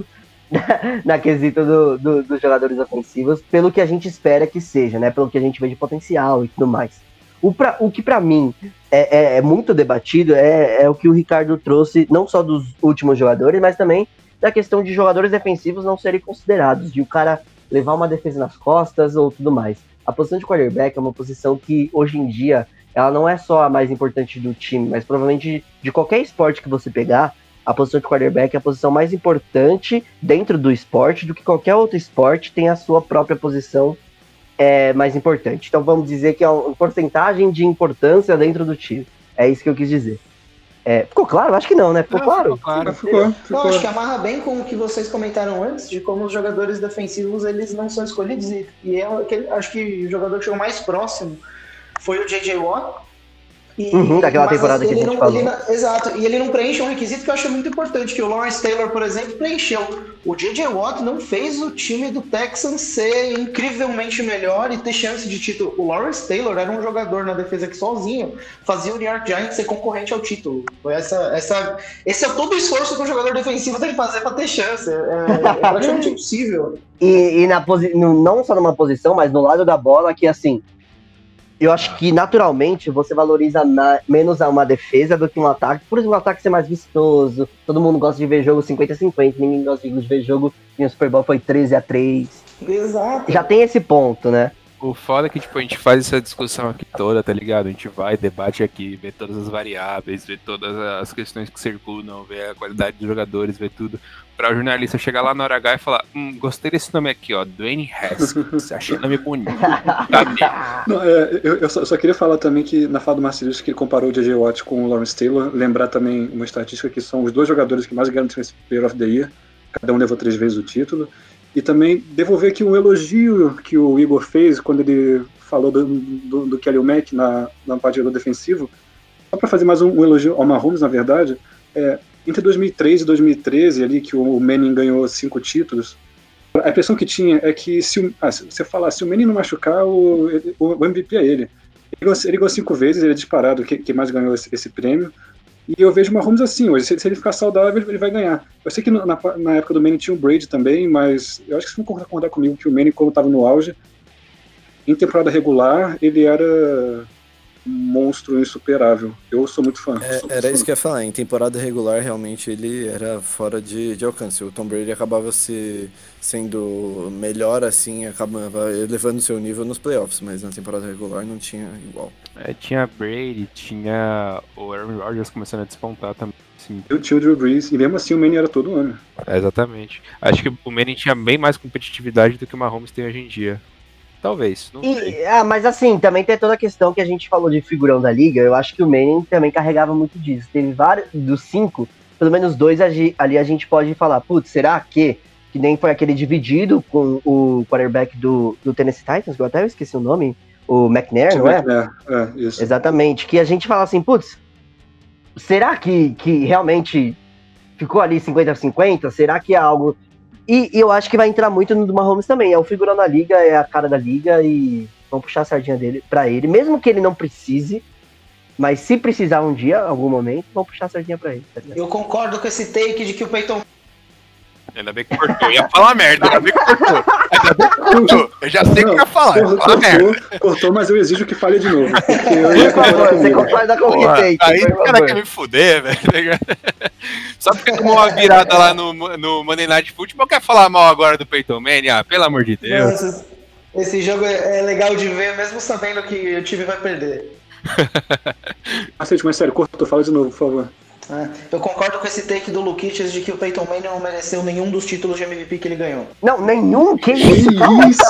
na quesito do, do, dos jogadores ofensivos, pelo que a gente espera que seja, né? Pelo que a gente vê de potencial e tudo mais. O, pra, o que para mim é, é, é muito debatido é, é o que o Ricardo trouxe, não só dos últimos jogadores, mas também da questão de jogadores defensivos não serem considerados, de o cara levar uma defesa nas costas ou tudo mais. A posição de quarterback é uma posição que, hoje em dia, ela não é só a mais importante do time, mas provavelmente de qualquer esporte que você pegar, a posição de quarterback é a posição mais importante dentro do esporte, do que qualquer outro esporte tem a sua própria posição é, mais importante. Então vamos dizer que é uma porcentagem de importância dentro do time. É isso que eu quis dizer. É, ficou claro? Acho que não, né? Ficou não, claro? Ficou claro. Ficou, ficou. Eu acho que amarra bem com o que vocês comentaram antes, de como os jogadores defensivos eles não são escolhidos. E, e é aquele, acho que o jogador que chegou mais próximo foi o J J Watt. E, uhum, daquela temporada que a gente não, falou. Não, exato, e ele não preenche um requisito que eu acho muito importante, que o Lawrence Taylor, por exemplo, preencheu. O J J Watt não fez o time do Texans ser incrivelmente melhor e ter chance de título. O Lawrence Taylor era um jogador na defesa que sozinho fazia o New York Giants ser concorrente ao título. Foi essa, essa, esse é todo o esforço que o jogador defensivo tem que fazer para ter chance. É, é praticamente impossível. E, e na posi- no, não só numa posição, mas no lado da bola, que assim, eu acho que naturalmente você valoriza na- menos uma defesa do que um ataque, por um ataque ser mais vistoso. Todo mundo gosta de ver jogo cinquenta a cinquenta, ninguém gosta de ver jogo e o Super Bowl foi treze a três. Exato. Já tem esse ponto, né? O foda é que, tipo, a gente faz essa discussão aqui toda, tá ligado? A gente vai, debate aqui, vê todas as variáveis, vê todas as questões que circulam, vê a qualidade dos jogadores, vê tudo. Pra o jornalista chegar lá na hora H e falar, hum, gostei desse nome aqui, ó, Dwayne Haskins, achei nome bonito. Tá Não, é, eu, eu só, só queria falar também que na fala do Marcelisco que ele comparou o J J Watt com o Lawrence Taylor, lembrar também uma estatística que são os dois jogadores que mais ganharam o Defensive Player of the Year, cada um levou três vezes o título, e também devolver aqui um elogio que o Igor fez quando ele falou do, do, do Kelly Mack na, na parte do defensivo, só para fazer mais um, um elogio ao Mahomes, na verdade, é, entre dois mil e três e dois mil e treze, ali que o Manning ganhou cinco títulos, a impressão que tinha é que se, o, ah, se você falar, se o Manning não machucar, o, o M V P é ele. Ele ganhou, ele ganhou cinco vezes, ele é disparado quem, quem mais ganhou esse, esse prêmio. E eu vejo o Mahomes assim hoje, se, se ele ficar saudável, ele vai ganhar. Eu sei que na, na época do Manning tinha o Brady também, mas eu acho que vocês vão concordar comigo que o Manning, quando estava no auge, em temporada regular, ele era um monstro insuperável. Eu sou muito fã. É, sou, era sou isso que eu ia falar, em temporada regular realmente ele era fora de, de alcance. O Tom Brady acabava se, sendo melhor assim, acabava elevando seu nível nos playoffs, mas na temporada regular não tinha igual. É, tinha Brady, tinha o Aaron Rodgers começando a despontar também. Assim. Eu tinha o Drew Brees, e mesmo assim o Manning era todo ano. É, exatamente. Acho que o Manning tinha bem mais competitividade do que o Mahomes tem hoje em dia. Talvez, não sei. E, ah, mas assim, também tem toda a questão que a gente falou de figurão da liga. Eu acho que o Manning também carregava muito disso. Teve vários, dos cinco, pelo menos dois ali a gente pode falar, putz, será que, que nem foi aquele dividido com o quarterback do, do Tennessee Titans, que eu até esqueci o nome, o McNair, não é? É, é, isso. Exatamente, que a gente fala assim, putz, será que, que realmente ficou ali cinquenta a cinquenta? Será que é algo... E, e eu acho que vai entrar muito no do Mahomes também. É o figurão na liga, é a cara da liga e vão puxar a sardinha dele pra ele. Mesmo que ele não precise, mas se precisar um dia, algum momento, vão puxar a sardinha pra ele. Tá ligado? Eu concordo com esse take de que o Peyton... Ainda bem que cortou. Eu ia falar merda, ainda bem que cortou. Ainda bem que cortou. Eu já sei o que eu ia falar. Eu ia falar merda. Cortou, cortou, mas eu exijo que fale de novo. Porque eu Por ia favor, você concorda com o Porra, take. aí por o cara favor. quer me fuder, velho. Só porque tomou uma virada lá no, no Monday Night Football, quer falar mal agora do Peyton Manning? Ah, pelo amor de Deus. Nossa, esse jogo é é legal de ver, mesmo sabendo que o time vai perder. Aceite, mas sério, cortou, fala de novo, por favor. É, eu concordo com esse take do Lukic de que o Peyton Manning não mereceu nenhum dos títulos de M V P que ele ganhou. Não, nenhum? Que Que isso? Calma. isso?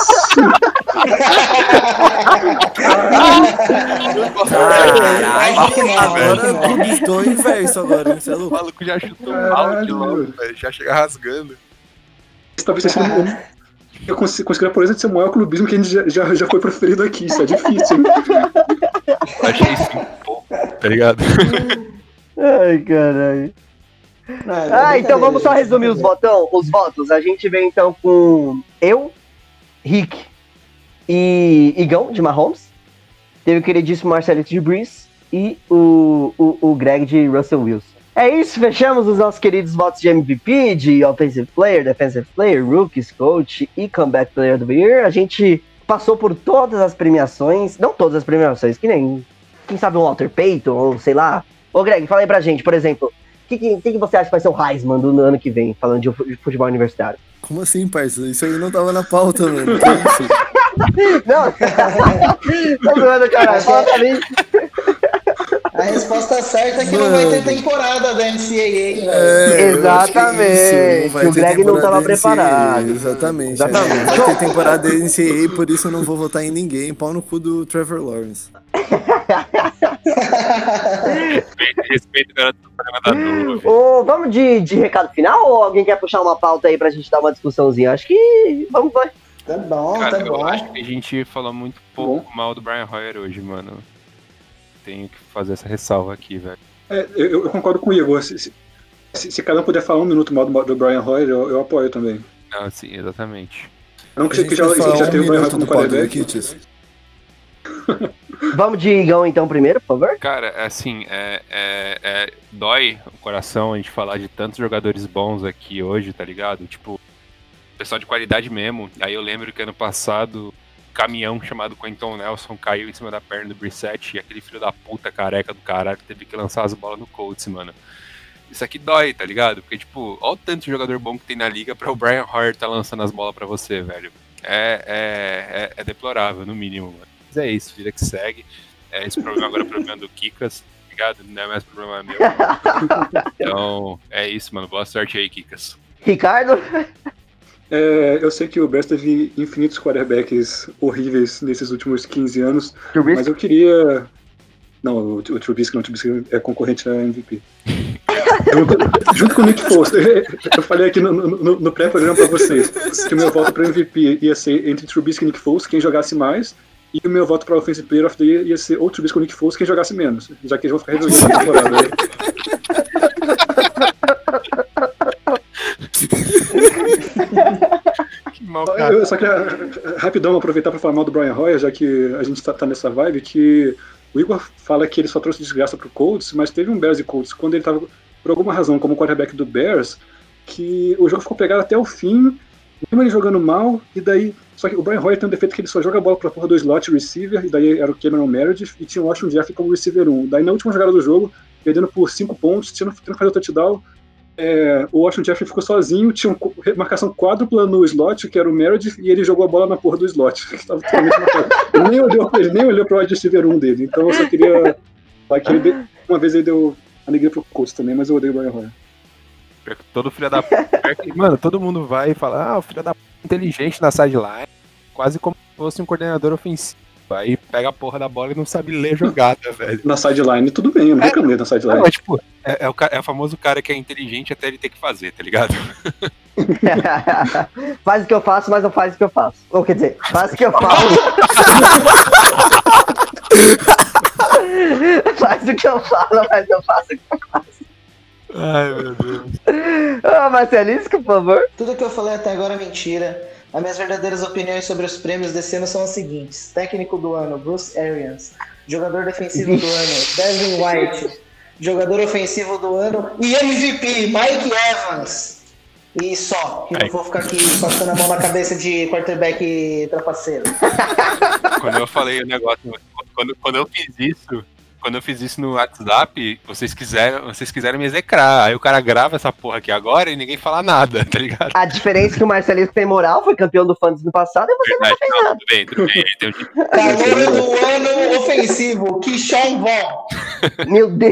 Acho que não, acho que Agora não. conquistou o inverso agora, hein? Você é O louco? maluco já chutou mal de longe, velho. Já chega rasgando. Esse talvez seja um... Eu consigo considerar, por exemplo, ser o maior clubismo que a gente já, já, já foi proferido aqui. Isso é difícil, hein? Achei isso um pouco, tá ligado? Ai, caralho. Não, é Ah, então brincadeira, vamos só gente, resumir os brincadeira. votão, os votos. A gente vem então com eu, Rick e Igão de Mahomes. Teve o queridíssimo Marcelito de Breeze e o, o, o Greg de Russell Wilson. É isso, fechamos os nossos queridos votos de M V P, de Offensive Player, Defensive Player, Rookies, Coach e Comeback Player of the Year. A gente passou por todas as premiações, não todas as premiações, que nem, quem sabe um Walter Payton, ou sei lá. Ô Greg, fala aí pra gente, por exemplo, o que, que, que você acha que vai ser o Heisman do ano que vem, falando de fu- de futebol universitário? Como assim, parceiro? Isso aí não tava na pauta, mano. Que isso? Não, tô zoando, caralho, fala pra mim. A resposta certa é que não vai ter temporada da N C A A, velho. É, eu acho que é Exatamente, isso, vai que o ter Greg não temporada tava da N C A A, preparado. Exatamente. Exatamente. é, Vai ter temporada da N C A A, por isso eu não vou votar em ninguém. Pau no cu do Trevor Lawrence. Respeito, respeito o garoto do programa da nuvem. Ô, vamos de, de recado final ou alguém quer puxar uma pauta aí pra gente dar uma discussãozinha? Acho que vamos, vai. Tá bom, Cara, tá eu bom. acho que a gente falou muito pouco mal do Brian Hoyer hoje, mano. Tenho que fazer essa ressalva aqui, velho. É, eu, eu concordo com o Igor. Se, se, se, se cada um puder falar um minuto mal do, do Brian Hoyer, eu, eu apoio também. Não, sim, exatamente. Não A que, gente que já, vai falar que já um teve o Brian Hoyer minuto como do pod do quarterback. Kitties. Vamos de Igão então primeiro, por favor. Cara, assim, é, é, é, dói o coração a gente falar de tantos jogadores bons aqui hoje, tá ligado? Tipo, pessoal de qualidade mesmo. Aí eu lembro que ano passado caminhão chamado Quentin Nelson caiu em cima da perna do Brissett e aquele filho da puta careca do caralho teve que lançar as bolas no Colts, mano. Isso aqui dói, tá ligado? Porque, tipo, olha o tanto de jogador bom que tem na liga pra o Brian Hoyer tá lançando as bolas pra você, velho. É, é, é, é deplorável, no mínimo, mano. Mas é isso, vida que segue. É, esse problema agora é o problema do Kikas, tá ligado? Não é mais problema meu. Então, é isso, mano. Boa sorte aí, Kikas. Ricardo? É, eu sei que o Bears teve infinitos quarterbacks horríveis nesses últimos quinze anos, Trubisky? mas eu queria... Não, o, o Trubisky não, o Trubisky é concorrente a M V P. Junto, junto com o Nick Foles, eu falei aqui no, no, no pré-programa pra vocês que o meu voto pra M V P ia ser entre Trubisky e Nick Foles, quem jogasse mais, e o meu voto pra Offensive Player of the Year ia ser ou Trubisky ou Nick Foles, quem jogasse menos, já que eles vão ficar resolvendo a temporada. Né? Que mal, Eu só queria rapidão aproveitar pra falar mal do Brian Hoyer, já que a gente tá, tá nessa vibe, que o Igor fala que ele só trouxe desgraça pro Colts, mas teve um Bears e Colts quando ele tava, por alguma razão, como quarterback do Bears, que o jogo ficou pegado até o fim, mesmo ele jogando mal, e daí... Só que o Brian Hoyer tem um defeito que ele só joga a bola pra porra do slot receiver, e daí era o Cameron Meredith, e tinha o Washington Jeffrey como receiver um. Daí na última jogada do jogo, perdendo por cinco pontos, tendo que fazer o touchdown, é, o Washington Jeffrey ficou sozinho, tinha uma marcação quádrupla no slot, que era o Meredith, e ele jogou a bola na porra do slot, que estava totalmente marcado. Ele nem olhou, ele nem olhou pro wide receiver um dele, então eu só queria falar que ele deu, uma vez ele deu alegria pro Colts também, mas eu odeio o Brian Hoyer. Todo filho da p... Mano, todo mundo vai e fala, ah, o filho da p... inteligente na sideline, quase como se fosse um coordenador ofensivo. Aí pega a porra da bola e não sabe ler jogada, velho. Na sideline, tudo bem, eu não reclamei na sideline. Não, mas, tipo, é, é, o, é o famoso cara que é inteligente até ele ter que fazer, tá ligado? Faz o que eu faço, mas não faz o que eu faço. Ou quer dizer, faz o que eu faço. Faz o que eu falo, mas eu faço o que eu faço. Ai, meu Deus. Ah, Marcelisco, por favor. Tudo que eu falei até agora é mentira. As minhas verdadeiras opiniões sobre os prêmios desse ano são as seguintes: técnico do ano, Bruce Arians; jogador defensivo do ano, Devin White; jogador ofensivo do ano e M V P, Mike Evans. E só, eu não vou ficar aqui passando a mão na cabeça de quarterback trapaceiro. Quando eu falei o negócio, quando, quando eu fiz isso, quando eu fiz isso no WhatsApp, vocês quiseram, vocês quiseram me execrar. Aí o cara grava essa porra aqui agora e ninguém fala nada, tá ligado? A diferença é que o Marcelisco tem moral, foi campeão do Fantasy no passado, e você Verdade, não fez não, nada. tudo bem, tudo bem. Tem um... Calor do ano ofensivo, Keyshawn Vaughn. Meu Deus.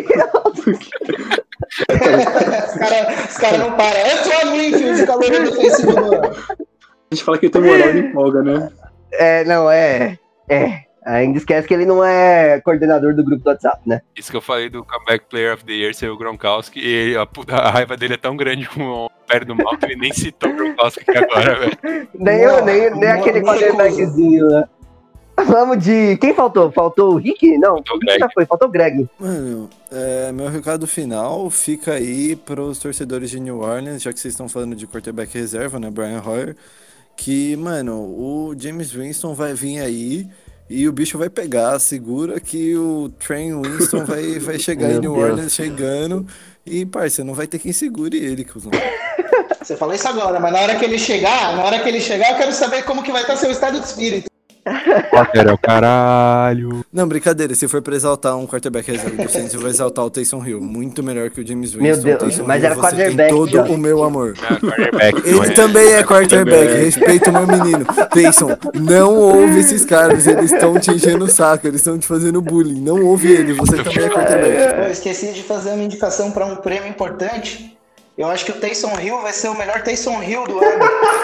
Os caras cara não param. É só Greenfield, calor defensivo do ano. A gente fala que ele tem moral e empolga, né? É, não, é... É... Ainda esquece que ele não é coordenador do grupo do WhatsApp, né? Isso que eu falei do Comeback Player of the Year ser o Gronkowski, e a, a raiva dele é tão grande com o pé do mal que ele nem citou o Gronkowski aqui agora, velho. Nem, eu, nem, nem aquele quarterbackzinho, né? Vamos de... Quem faltou? Faltou o Rick? Não, Faltou o Rick já foi, faltou o Greg. Mano, é, meu recado final fica aí pros torcedores de New Orleans, já que vocês estão falando de quarterback reserva, né, Brian Hoyer, que, mano, o James Winston vai vir aí e o bicho vai pegar, segura que o Trey Winston vai, vai chegar em New Deus. Orleans chegando e, parça, não vai ter quem segure ele, cuzão. Você falou isso agora, mas na hora que ele chegar, na hora que ele chegar, eu quero saber como que vai estar seu estado de espírito. Era o caralho. Não, brincadeira, se for pra exaltar um quarterback reserva do Saints, eu vou exaltar o Taysom Hill, muito melhor que o James Winston. Meu Deus, O Taysom mas Hill, era você quarterback, tem todo já. o meu amor. Ah, quarterback, não Ele é. também é quarterback, respeita o meu menino. Taysom, não ouve esses caras, eles estão te enchendo o saco, eles estão te fazendo bullying. Não ouve eles, você também é quarterback. Eu esqueci de fazer uma indicação para um prêmio importante. Eu acho que o Taysom Hill vai ser o melhor Taysom Hill do ano.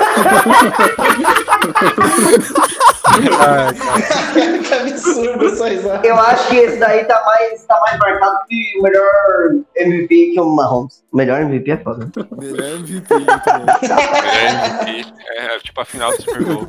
Que absurdo essa risada. Eu acho que esse daí tá mais, tá mais marcado que o melhor M V P que o Mahomes. O melhor M V P é foda. Melhor M V P, muito bom. É, M V P, é tipo a final do Super Bowl.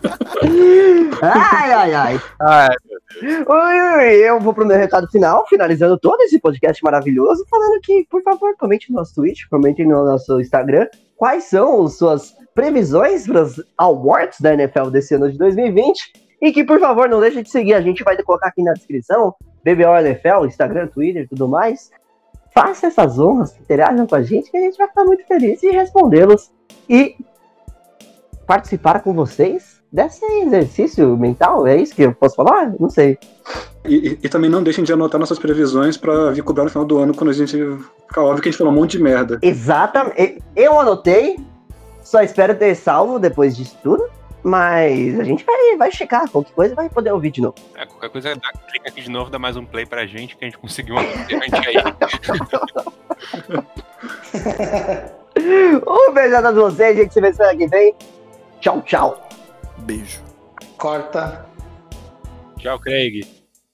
Ai, ai, ai. Ai, meu Deus. Ui, ui, eu vou pro meu recado final, finalizando todo esse podcast maravilhoso, falando que, por favor, comente no nosso Twitch, comentem no nosso Instagram quais são as suas previsões para os awards da N F L desse ano de dois mil e vinte. E que, por favor, não deixe de seguir. A gente vai colocar aqui na descrição, B B O N F L, Instagram, Twitter e tudo mais. Faça essas honras, interajam com a gente, que a gente vai ficar muito feliz em respondê-los. E participar com vocês desse exercício mental, é isso que eu posso falar? Não sei. E, e, e também não deixem de anotar nossas previsões pra vir cobrar no final do ano, quando a gente ficar óbvio que a gente falou um monte de merda. Exatamente. Eu anotei, só espero ter salvo depois disso tudo, mas a gente vai, vai checar, qualquer coisa vai poder ouvir de novo. É, qualquer coisa, dá, clica aqui de novo, dá mais um play pra gente, que a gente conseguiu uma gente aí. Um beijo a todos vocês, gente. Se vê semana que vem. Tchau, tchau. Beijo. Corta. Tchau, Craig.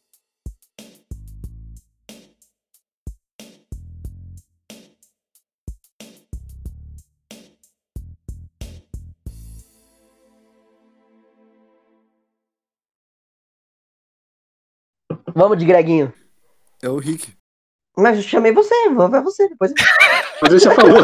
Vamos de Greguinho. É o Rick. Mas eu chamei você, vou ver você depois. Mas ele já falou.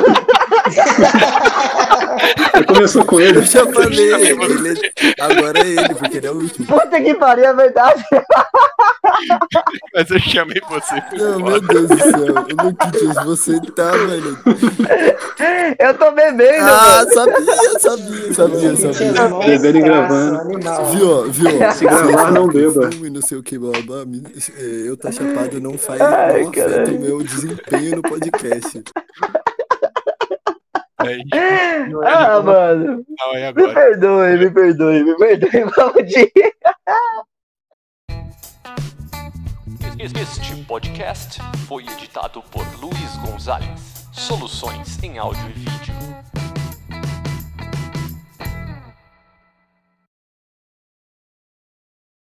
Ele começou com ele. Eu já falei, ele, agora é ele, porque ele é o último. Puta que pariu, é verdade. Mas eu chamei você. Não, meu Deus do céu. Eu não quis, você tá, mano. Eu tô bebendo, Ah, mano. sabia, sabia, sabia, sabia. Bebendo e gravando. Animal. Viu, viu? Se gravar, não beba. Fume, não sei o que, blá, blá, blá. Eu tá chapado não faz, Ai, não afeta caralho. o meu desempenho no podcast. Ah, mano. Não, é Me agora. perdoe, me perdoe, me perdoe. Vamos de... Este podcast foi editado por Luiz Gonzalez. Soluções em áudio e vídeo.